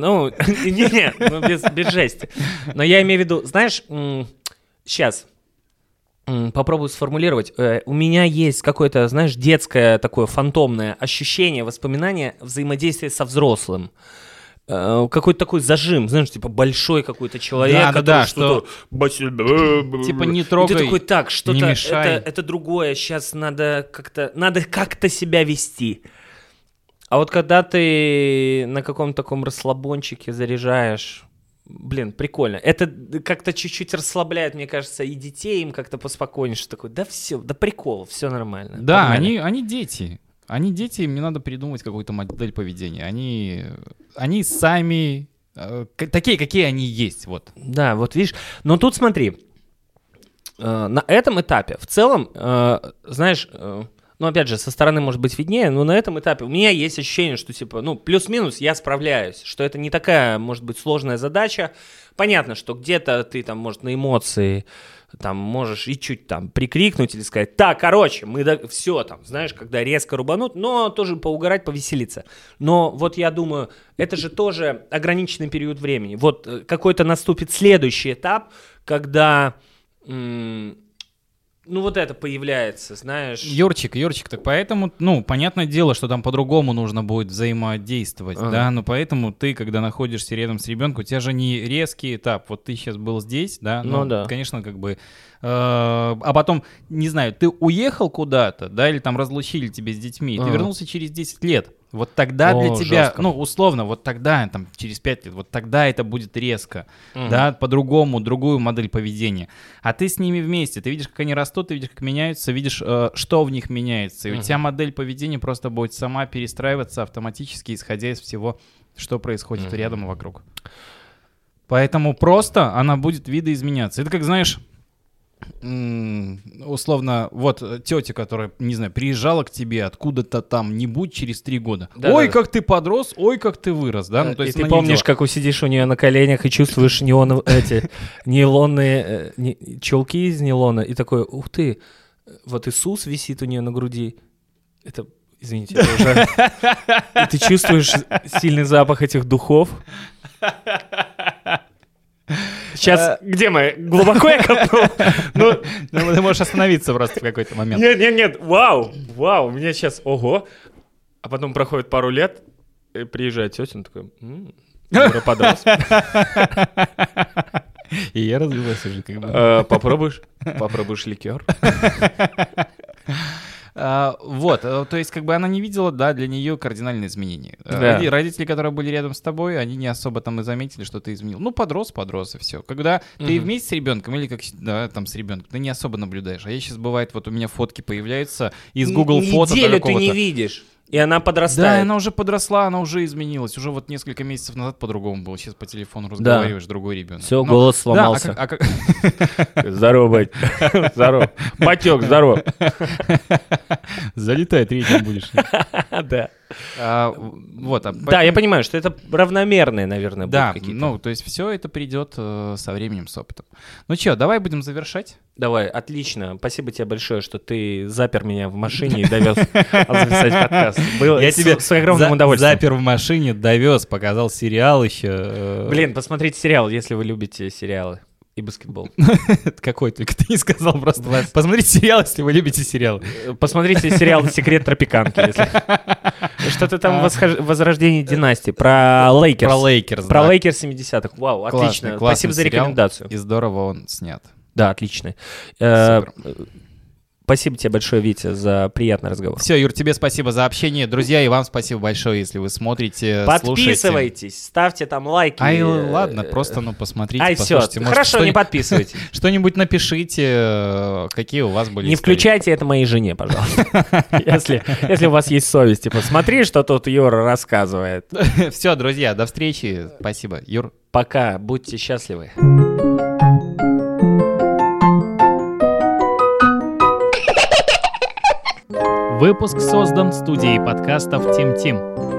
без жести. Но я имею в виду, знаешь, сейчас попробую сформулировать. У меня есть какое-то, знаешь, детское такое фантомное ощущение, воспоминание взаимодействия со взрослым. Какой-то такой зажим, знаешь, типа большой какой-то человек, который что-то... Типа не трогай, и ты такой, так, что-то не мешай. Это другое, сейчас надо как-то себя вести. А вот когда ты на каком-то таком расслабончике заряжаешь... Блин, прикольно. Это как-то чуть-чуть расслабляет, мне кажется, и детей, им как-то поспокойнее, что такое, да все, да прикол, все нормально. Да, они дети. Они дети, им не надо придумывать какую-то модель поведения. Они сами такие, какие они есть, вот. Да, вот видишь. Но тут смотри, на этом этапе в целом, знаешь... Ну, опять же, со стороны может быть виднее, но на этом этапе у меня есть ощущение, что, типа, ну, плюс-минус я справляюсь, что это не такая, может быть, сложная задача. Понятно, что где-то ты там, может, на эмоции там можешь и чуть там прикрикнуть или сказать, так, короче, все там, знаешь, когда резко рубанут, но тоже поугарать, повеселиться. Но вот я думаю, это же тоже ограниченный период времени. Вот какой-то наступит следующий этап, когда... Ну, вот это появляется, знаешь. Юрчик, так поэтому, ну, понятное дело, что там по-другому нужно будет взаимодействовать, да, но поэтому ты, когда находишься рядом с ребенком, у тебя же не резкий этап, вот ты сейчас был здесь, да, ну, да. Конечно, как бы, а потом, не знаю, ты уехал куда-то, да, или там разлучили тебя с детьми, ты вернулся через 10 лет. Вот тогда для тебя, жестко. Ну, условно, вот тогда, там, через 5 лет, вот тогда это будет резко, да, по-другому, другую модель поведения. А ты с ними вместе, ты видишь, как они растут, ты видишь, как меняются, видишь, что в них меняется. И у тебя модель поведения просто будет сама перестраиваться автоматически, исходя из всего, что происходит рядом и вокруг. Поэтому просто она будет видоизменяться. Это как, знаешь... условно, вот тетя, которая, не знаю, приезжала к тебе откуда-то там, не будь через 3 года. Да, ой, как ты подрос, ой, как ты вырос, да? Ну, то есть и ты помнишь, как сидишь у нее на коленях и чувствуешь нейлонные чулки из нейлона, и такой, ух ты, вот Иисус висит у нее на груди. Это, извините, это уже... И ты чувствуешь сильный запах этих духов. Сейчас, где мы? Глубоко я копнул? Ну, ты можешь остановиться просто в какой-то момент. Нет, вау, у меня сейчас, ого. А потом проходит пару лет, и приезжает тетя, он такой, Юра подрос. И я развиваюсь уже как бы. Попробуешь ликер? Вот, то есть как бы она не видела, да, для нее кардинальные изменения. Да. Родители, которые были рядом с тобой, они не особо там и заметили, что ты изменил. Ну, подрос, и все. Когда ты вместе с ребенком или как, да, там с ребенком, ты не особо наблюдаешь. А я сейчас, бывает, вот у меня фотки появляются из Google фото. Неделю ты не видишь. И она подрастает. Да, она уже подросла, она уже изменилась. Уже вот несколько месяцев назад по-другому было. Сейчас по телефону разговариваешь, другой ребенок. Все, голос сломался. Здорово, бать. Здорово. Батек, здорово. Залетай, третьим будешь. Да. Вот. Да, я понимаю, что это равномерные, наверное, будут какие-то. Да, ну, то есть все это придет со временем, с опытом. Ну что, давай будем завершать. Давай, отлично. Спасибо тебе большое, что ты запер меня в машине и довез записать подкаст. Я тебе с огромным удовольствием. запер в машине, довез, показал сериал еще. Блин, посмотрите сериал, если вы любите сериалы и баскетбол. Какой только ты не сказал просто. Посмотрите сериал, если вы любите сериал. Посмотрите сериал «Секрет тропиканки». Что-то там «Возрождение династии». Про Лейкерс. Про Лейкерс. Про Лейкерс 70-х. Вау, отлично. Спасибо за рекомендацию. И здорово он снят. Да, отлично. Спасибо тебе большое, Витя, за приятный разговор. Все, Юр, тебе спасибо за общение. Друзья, и вам спасибо большое, если вы смотрите, Подписывайтесь, слушаете. ставьте там лайки. Ай, ладно, просто посмотрите, все, послушайте. Может, хорошо, не подписывайтесь. Что-нибудь напишите, какие у вас были Не истории. включайте это моей жене, пожалуйста. Если у вас есть совесть. Типа, смотри, что тут Юра рассказывает. Все, друзья, до встречи. Спасибо, Юр. Пока, будьте счастливы. Выпуск создан студией подкастов Тим Тим.